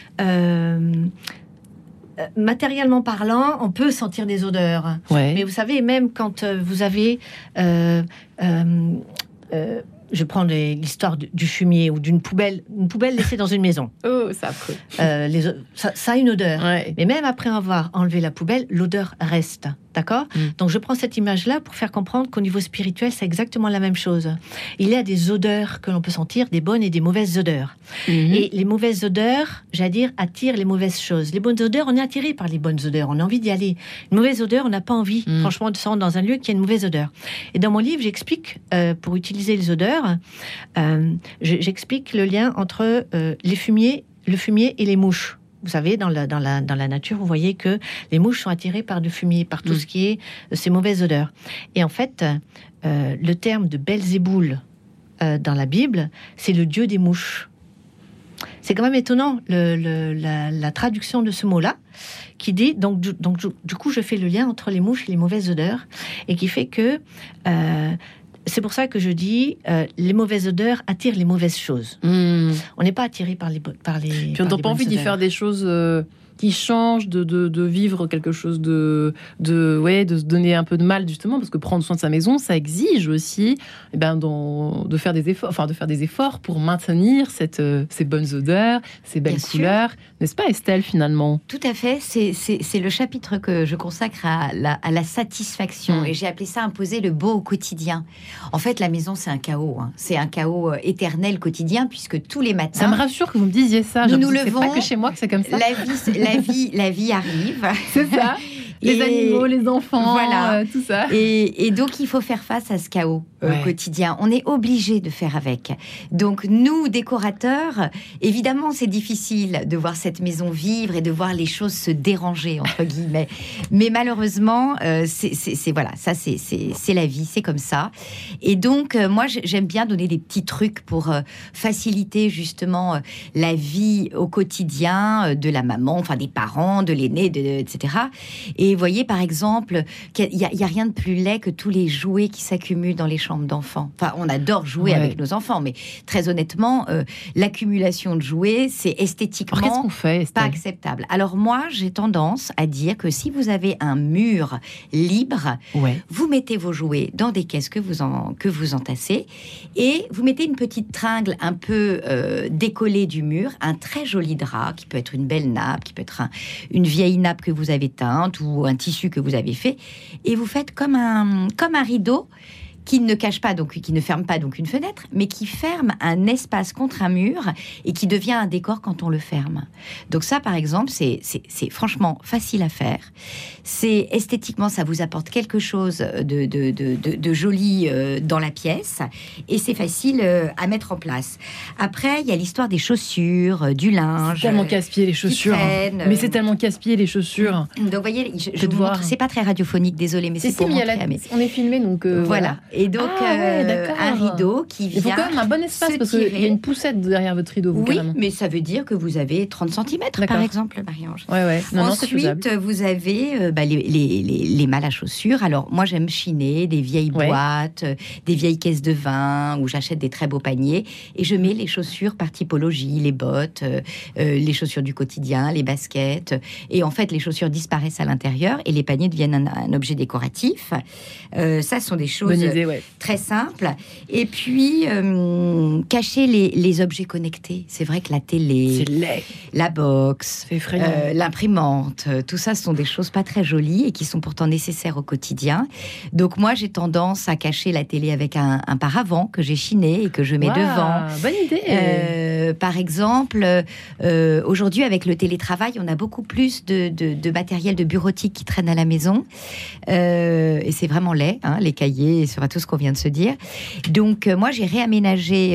Matériellement parlant, on peut sentir des odeurs. Ouais. Mais vous savez, même quand vous avez... je prends l'histoire du fumier ou d'une poubelle, une poubelle laissée dans une maison. Oh, c'est affreux. Ça a une odeur. Ouais. Mais même après avoir enlevé la poubelle, l'odeur reste. D'accord ? Donc je prends cette image-là pour faire comprendre qu'au niveau spirituel, c'est exactement la même chose. Il y a des odeurs que l'on peut sentir, des bonnes et des mauvaises odeurs. Et les mauvaises odeurs, j'allais dire, attirent les mauvaises choses. Les bonnes odeurs, on est attiré par les bonnes odeurs, on a envie d'y aller. Une mauvaise odeur, on n'a pas envie, franchement, de se rendre dans un lieu qui a une mauvaise odeur. Et dans mon livre, j'explique, pour utiliser les odeurs, j'explique le lien entre le fumier et les mouches. Vous savez, dans la nature, vous voyez que les mouches sont attirées par le fumier, par tout ce qui est ces mauvaises odeurs. Et en fait, le terme de Belzéboul dans la Bible, c'est le dieu des mouches. C'est quand même étonnant, la traduction de ce mot-là, qui dit, donc du coup, je fais le lien entre les mouches et les mauvaises odeurs, et qui fait que... c'est pour ça que je dis les mauvaises odeurs attirent les mauvaises choses. On n'est pas attiré par les Puis on n'a pas envie d'y faire des choses qui changent, de vivre quelque chose de se donner un peu de mal, justement, parce que prendre soin de sa maison, ça exige aussi de faire des efforts pour maintenir ces bonnes odeurs, ces belles couleurs. N'est-ce pas, Estelle, finalement ? Tout à fait. C'est le chapitre que je consacre à la satisfaction. Et j'ai appelé ça imposer le beau au quotidien. En fait, la maison, c'est un chaos. C'est un chaos éternel quotidien, puisque tous les matins... Ça me rassure que vous me disiez ça. Nous levons... C'est pas que chez moi que c'est comme ça. La vie arrive. C'est ça. Les animaux, les enfants, voilà. Tout ça. Et donc, il faut faire face à ce chaos quotidien. On est obligé de faire avec. Donc, nous, décorateurs, évidemment, c'est difficile de voir cette maison vivre et de voir les choses se déranger, entre guillemets. Mais malheureusement, c'est la vie, c'est comme ça. Et donc, moi, j'aime bien donner des petits trucs pour faciliter justement la vie au quotidien de la maman, enfin des parents, de l'aîné, etc. Et vous voyez, par exemple, qu'il n'y a rien de plus laid que tous les jouets qui s'accumulent dans les chambres d'enfants. Enfin, on adore jouer avec nos enfants, mais très honnêtement, l'accumulation de jouets, c'est esthétiquement qu'est-ce qu'on fait, Estelle ? Pas acceptable. Alors moi, j'ai tendance à dire que si vous avez un mur libre, vous mettez vos jouets dans des caisses que vous entassez et vous mettez une petite tringle un peu décollée du mur, un très joli drap qui peut être une belle nappe, qui peut être une vieille nappe que vous avez teinte ou un tissu que vous avez fait, et vous faites comme un rideau qui ne cache pas, donc qui ne ferme pas donc une fenêtre, mais qui ferme un espace contre un mur et qui devient un décor quand on le ferme. Donc ça, par exemple, c'est franchement facile à faire. C'est esthétiquement, ça vous apporte quelque chose de joli dans la pièce et c'est facile à mettre en place. Après, il y a l'histoire des chaussures, du linge. C'est tellement casse-pied les chaussures. Mais c'est tellement casse-pied les chaussures. Donc, vous voyez, je vous montre. C'est pas très radiophonique, désolé, mais c'est pour montrer. On est filmé, donc voilà. Et donc, un rideau qui vient. Il faut quand même un bon espace parce qu'il y a une poussette derrière votre rideau. Oui, carrément. mais ça veut dire que vous avez 30 cm, par exemple, Marie-Ange. Ouais. Ensuite, vous avez les malles à chaussures. Alors, moi, j'aime chiner des vieilles boîtes, des vieilles caisses de vin, où j'achète des très beaux paniers. Et je mets les chaussures par typologie, les bottes, les chaussures du quotidien, les baskets. Et en fait, les chaussures disparaissent à l'intérieur et les paniers deviennent un objet décoratif. Ça, sont des choses très simples. Et puis, cacher les objets connectés. C'est vrai que la télé, la box, l'imprimante, tout ça, ce sont des choses pas très jolies et qui sont pourtant nécessaires au quotidien. Donc moi, j'ai tendance à cacher la télé avec un paravent que j'ai chiné et que je mets devant. Bonne idée. Par exemple, aujourd'hui, avec le télétravail, on a beaucoup plus de matériel de bureautique qui traîne à la maison. Et c'est vraiment laid, les cahiers, sur tout ce qu'on vient de se dire. Donc, moi, j'ai réaménagé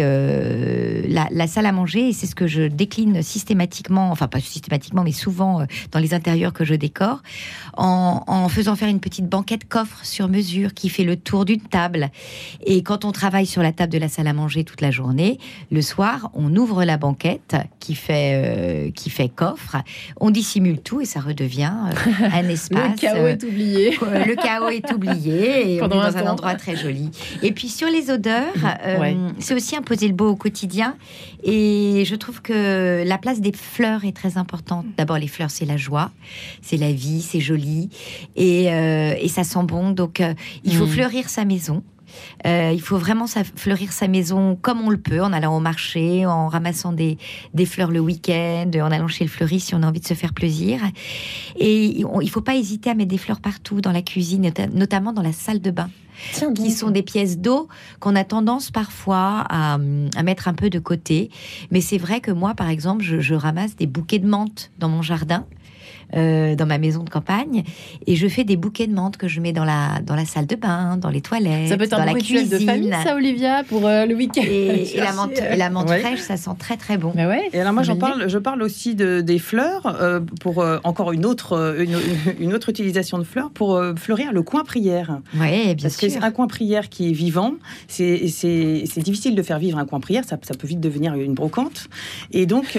la salle à manger et c'est ce que je décline systématiquement, enfin pas systématiquement, mais souvent dans les intérieurs que je décore, en faisant faire une petite banquette coffre sur mesure qui fait le tour d'une table. Et quand on travaille sur la table de la salle à manger toute la journée, le soir, on ouvre la banquette qui fait coffre, on dissimule tout et ça redevient un espace. Le chaos est oublié. Le chaos est oublié et on est dans un endroit très joli. Et puis sur les odeurs, c'est aussi imposer le beau au quotidien. Et je trouve que la place des fleurs est très importante. D'abord, les fleurs, c'est la joie, c'est la vie, c'est joli et ça sent bon. Donc, il faut fleurir sa maison. Il faut vraiment fleurir sa maison comme on le peut, en allant au marché, en ramassant des fleurs le week-end, en allant chez le fleuriste si on a envie de se faire plaisir. Et il ne faut pas hésiter à mettre des fleurs partout dans la cuisine, notamment dans la salle de bain. Qui sont des pièces d'eau qu'on a tendance parfois à mettre un peu de côté. Mais c'est vrai que moi, par exemple, je ramasse des bouquets de menthe dans mon jardin. Dans ma maison de campagne et je fais des bouquets de menthe que je mets dans la salle de bain, dans les toilettes, ça peut être dans la cuisine. De famille, ça, Olivia, pour le week-end. Et la menthe fraîche, ça sent très très bon. Et alors moi je parle aussi des fleurs pour encore une autre utilisation de fleurs pour fleurir le coin prière. Oui, bien Parce sûr. que c'est un coin prière qui est vivant. C'est difficile de faire vivre un coin prière, ça peut vite devenir une brocante. Et donc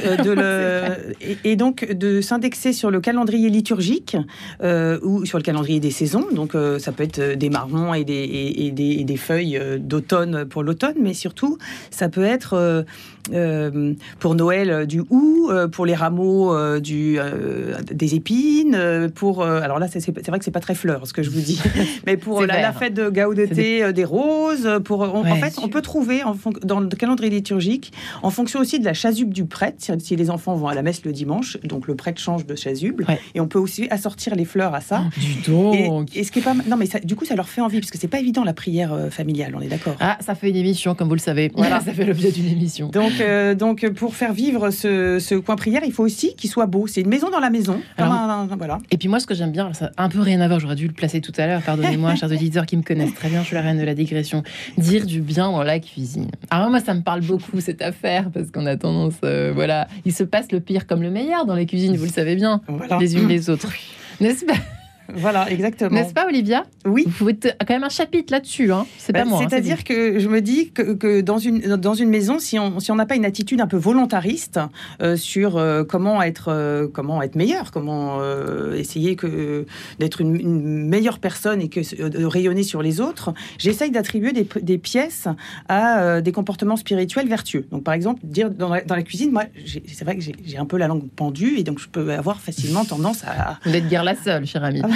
de s'indexer sur le calendrier liturgique ou sur le calendrier des saisons. Donc ça peut être des marrons et des feuilles d'automne pour l'automne, mais surtout ça peut être pour Noël du hou, pour les rameaux des épines, alors là c'est vrai que c'est pas très fleur ce que je vous dis, mais pour la fête de Gaudete des roses, en fait on peut trouver dans le calendrier liturgique en fonction aussi de la chasuble du prêtre, si les enfants vont à la messe le dimanche, donc le prêtre change de chasuble et on peut aussi assortir les fleurs à ça. Du donc. Et ce qui est pas non mais du coup ça leur fait envie parce que c'est pas évident la prière familiale, on est d'accord. Ça fait une émission comme vous le savez. Voilà, ça fait l'objet d'une émission. Donc, pour faire vivre ce coin prière, il faut aussi qu'il soit beau. C'est une maison dans la maison. Voilà. Et puis moi, ce que j'aime bien, ça a un peu rien à voir, j'aurais dû le placer tout à l'heure, pardonnez-moi, chers auditeurs qui me connaissent très bien, je suis la reine de la digression. Dire du bien dans la cuisine. Alors moi, ça me parle beaucoup, cette affaire, parce qu'on a tendance... il se passe le pire comme le meilleur dans les cuisines, vous le savez bien, les unes les autres. N'est-ce pas ? Voilà, exactement. N'est-ce pas, Olivia ? Oui. Vous pouvez quand même un chapitre là-dessus, c'est pas moi. C'est-à-dire que je me dis que dans une maison, si on n'a pas une attitude un peu volontariste sur comment être meilleur, comment essayer d'être une meilleure personne et de rayonner sur les autres, j'essaye d'attribuer des pièces à des comportements spirituels vertueux. Donc, par exemple, dire dans la cuisine, moi, c'est vrai que j'ai un peu la langue pendue et donc je peux avoir facilement tendance à... Vous n'êtes guère la seule, chère amie.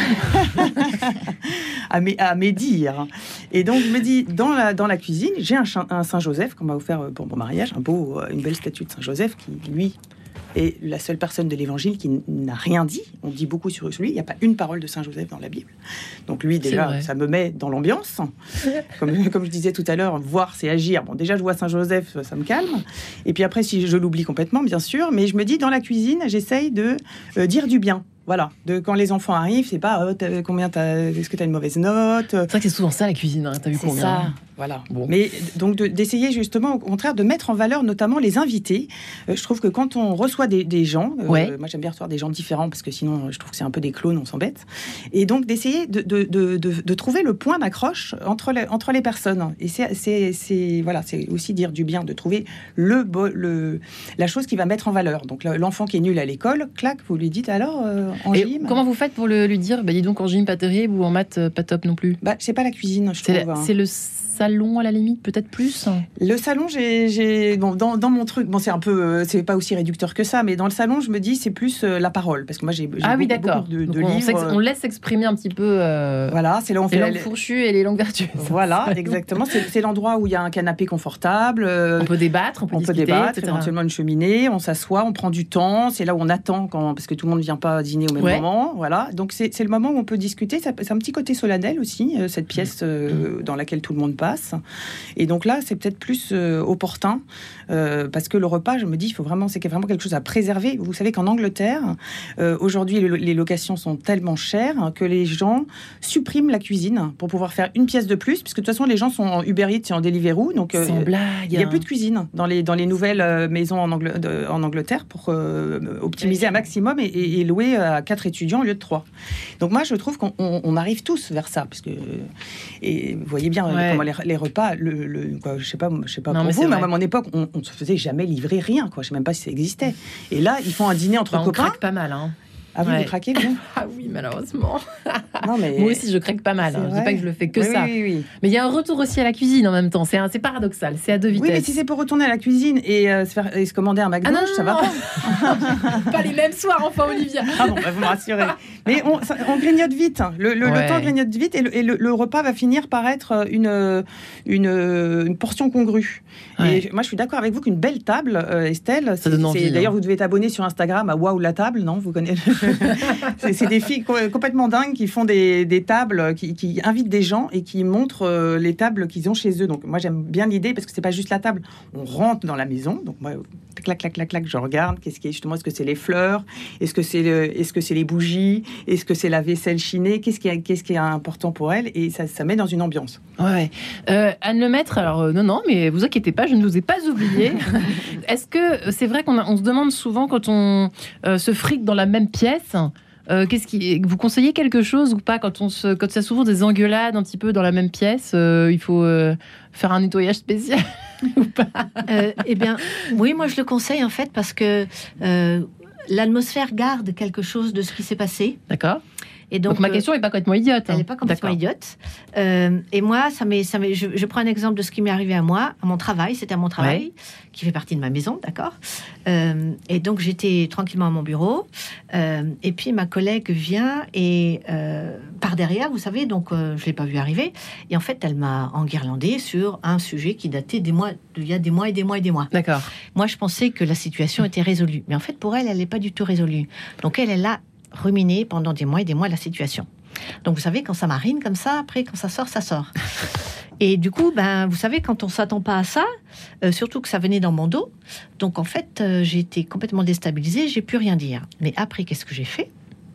à médire. Et donc, je me dis, dans la cuisine, j'ai un Saint-Joseph qu'on m'a offert pour mon mariage, une belle statue de Saint-Joseph qui, lui, est la seule personne de l'Évangile qui n'a rien dit. On dit beaucoup sur lui. Il n'y a pas une parole de Saint-Joseph dans la Bible. Donc lui, déjà, ça me met dans l'ambiance. Comme je disais tout à l'heure, voir, c'est agir. Bon, déjà, je vois Saint-Joseph, ça me calme. Et puis après, si je l'oublie complètement, bien sûr. Mais je me dis, dans la cuisine, j'essaye de dire du bien. Voilà, quand les enfants arrivent, c'est pas est-ce que t'as une mauvaise note. C'est vrai que c'est souvent ça la cuisine, t'as vu combien ça. Voilà. Bon. Mais donc d'essayer justement au contraire de mettre en valeur notamment les invités. Je trouve que quand on reçoit des gens, moi j'aime bien recevoir des gens différents parce que sinon je trouve que c'est un peu des clones, on s'embête. Et donc d'essayer de trouver le point d'accroche entre les personnes. Et c'est aussi dire du bien, de trouver la chose qui va mettre en valeur. Donc l'enfant qui est nul à l'école, clac, vous lui dites alors en gym. Comment vous faites pour lui dire, dis donc en gym pas terrible ou en maths pas top non plus? C'est pas la cuisine, je trouve. C'est le salon à la limite, peut-être plus. Le salon, dans mon truc, c'est un peu, c'est pas aussi réducteur que ça, mais dans le salon, je me dis c'est plus la parole, parce que moi j'ai beaucoup de livres. On laisse exprimer un petit peu. Voilà, c'est là où on fait les langues fourchues et les langues vertueuses. Voilà, exactement. C'est l'endroit où il y a un canapé confortable. On peut débattre, on peut discuter, éventuellement une cheminée, on s'assoit, on prend du temps. C'est là où on attend parce que tout le monde ne vient pas dîner au même moment. Voilà, donc c'est le moment où on peut discuter. C'est un petit côté solennel aussi, cette pièce dans laquelle tout le monde passe. Et donc là, c'est peut-être plus opportun parce que le repas, je me dis, c'est vraiment quelque chose à préserver. Vous savez qu'en Angleterre, aujourd'hui, les locations sont tellement chères que les gens suppriment la cuisine pour pouvoir faire une pièce de plus, puisque de toute façon, les gens sont en Uber Eats et en Deliveroo. Donc, sans blague. Il n'y a plus de cuisine dans les nouvelles maisons en Angleterre pour optimiser un maximum et louer à 4 étudiants au lieu de 3. Donc moi, je trouve qu'on arrive tous vers ça, parce que et vous voyez bien comment les repas, je sais pas pour vous, mais à mon époque, on ne se faisait jamais livrer rien, quoi. Je sais même pas si ça existait. Et là, ils font un dîner entre copains. On craque pas mal, hein. Ah oui, vous craquez, vous? Ah oui, malheureusement. Non, mais... Moi aussi, je craque pas mal. Je dis pas que je le fais que ça. Oui. Mais il y a un retour aussi à la cuisine en même temps. C'est paradoxal. C'est à deux vitesses. Oui, mais si c'est pour retourner à la cuisine et se commander un McDo, ça va pas. Pas les mêmes soirs, enfin, Olivia. Ah bon, vous me rassurez. Mais on grignote vite. Le temps grignote vite et le repas va finir par être une portion congrue. Ouais. Et moi, je suis d'accord avec vous qu'une belle table, Estelle, ça donne envie. D'ailleurs, vous devez t'abonner sur Instagram à Waouh la table, non? Vous connaissez? C'est des filles complètement dingues qui font des tables, qui invitent des gens et qui montrent les tables qu'ils ont chez eux. Donc moi, j'aime bien l'idée parce que c'est pas juste la table. On rentre dans la maison. Donc moi, clac, je regarde. Est-ce que c'est les fleurs? Est-ce que c'est les bougies? Est-ce que c'est la vaisselle chinée? Qu'est-ce qui est important pour elle? Et ça met dans une ambiance. Ouais. Anne Lemaître, alors non, mais vous inquiétez pas, je ne vous ai pas oublié. Est-ce que c'est vrai qu'on se demande souvent quand on se frique dans la même pièce, vous conseillez quelque chose ou pas quand il y a souvent des engueulades un petit peu dans la même pièce, il faut faire un nettoyage spécial ou pas? Eh bien, oui, moi je le conseille en fait parce que l'atmosphère garde quelque chose de ce qui s'est passé. D'accord. Et donc ma question n'est pas complètement idiote. Elle n'est pas complètement idiote. Et moi, je prends un exemple de ce qui m'est arrivé à moi, à mon travail. C'était à mon travail, qui fait partie de ma maison, d'accord. Et donc, j'étais tranquillement à mon bureau. Et puis, ma collègue vient et par derrière, vous savez, donc je ne l'ai pas vue arriver. Et en fait, elle m'a enguirlandée sur un sujet qui datait il y a des mois et des mois et des mois. D'accord. Moi, je pensais que la situation était résolue. Mais en fait, pour elle n'est pas du tout résolue. Donc, elle a ruminer pendant des mois et des mois la situation. Donc vous savez, quand ça marine comme ça, après quand ça sort, ça sort. Et du coup, vous savez, quand on s'attend pas à ça, surtout que ça venait dans mon dos, donc en fait, j'ai été complètement déstabilisée, j'ai pu rien dire. Mais après, qu'est-ce que j'ai fait?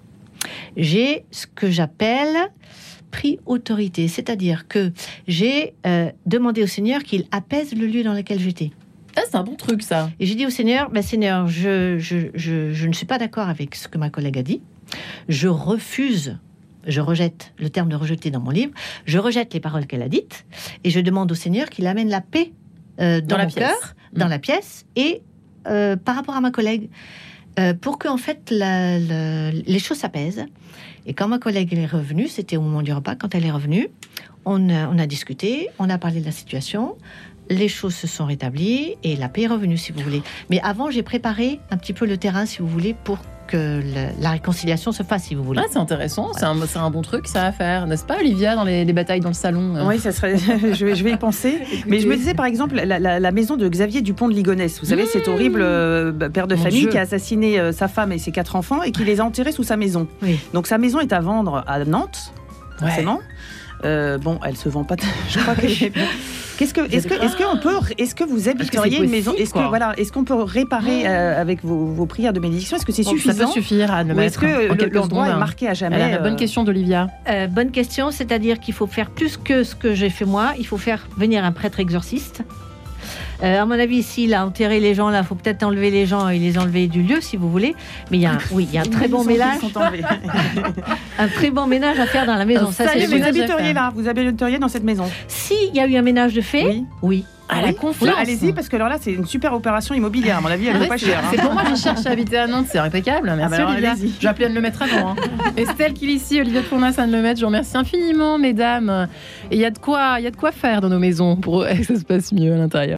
J'ai ce que j'appelle pris autorité, c'est-à-dire que j'ai demandé au Seigneur qu'il apaise le lieu dans lequel j'étais. Ah, c'est un bon truc, ça. Et j'ai dit au Seigneur, Seigneur, je ne suis pas d'accord avec ce que ma collègue a dit. Je rejette le terme de rejeter dans mon livre. Je rejette les paroles qu'elle a dites. Et je demande au Seigneur qu'il amène la paix dans mon cœur, dans la pièce, et par rapport à ma collègue, pour que en fait les choses s'apaisent. Et quand ma collègue est revenue, c'était au moment du repas, quand elle est revenue, on a discuté, on a parlé de la situation. Les choses se sont rétablies et la paix est revenue, si vous voulez. Mais avant, j'ai préparé un petit peu le terrain, si vous voulez, pour que la réconciliation se fasse, si vous voulez. Ah, c'est intéressant, voilà. C'est un bon truc, ça à faire, n'est-ce pas, Olivia, dans les batailles dans le salon? Oui, ça serait. je vais y penser. Mais je me disais, par exemple, la maison de Xavier Dupont de Ligonnès. Vous savez, cet horrible père de famille qui a assassiné sa femme et ses 4 enfants et qui les a enterrés sous sa maison. Oui. Donc sa maison est à vendre à Nantes, forcément. Bon, elle se vend pas. Je crois que Est-ce que vous habiteriez une maison? Est-ce qu'on peut réparer avec vos prières de bénédiction? Est-ce que c'est suffisant? Ça peut suffire à ne mettre. Est-ce que l'endroit est marqué à jamais? La bonne question d'Olivia. Bonne question, c'est-à-dire qu'il faut faire plus que ce que j'ai fait moi. Il faut faire venir un prêtre exorciste. À mon avis, s'il a enterré les gens là, il faut peut-être enlever les gens et les enlever du lieu, si vous voulez. Mais il y a un très bon ménage. Un très bon ménage à faire dans la maison. Ça, vous habiteriez là? Vous habiteriez dans cette maison? S'il y a eu un ménage de fait, oui. La confiance. Allez-y, parce que alors là, c'est une super opération immobilière. À mon avis, elle vaut pas cher. C'est pour moi, je cherche à habiter à Nantes, c'est impeccable. Merci Olivia. Je vais appeler Anne Lemaitre avant. Estelle Kilissi, Olivia de Fournas, Anne Lemaitre, je vous remercie infiniment, mesdames. Et il y a de quoi faire dans nos maisons pour que ça se passe mieux à l'intérieur.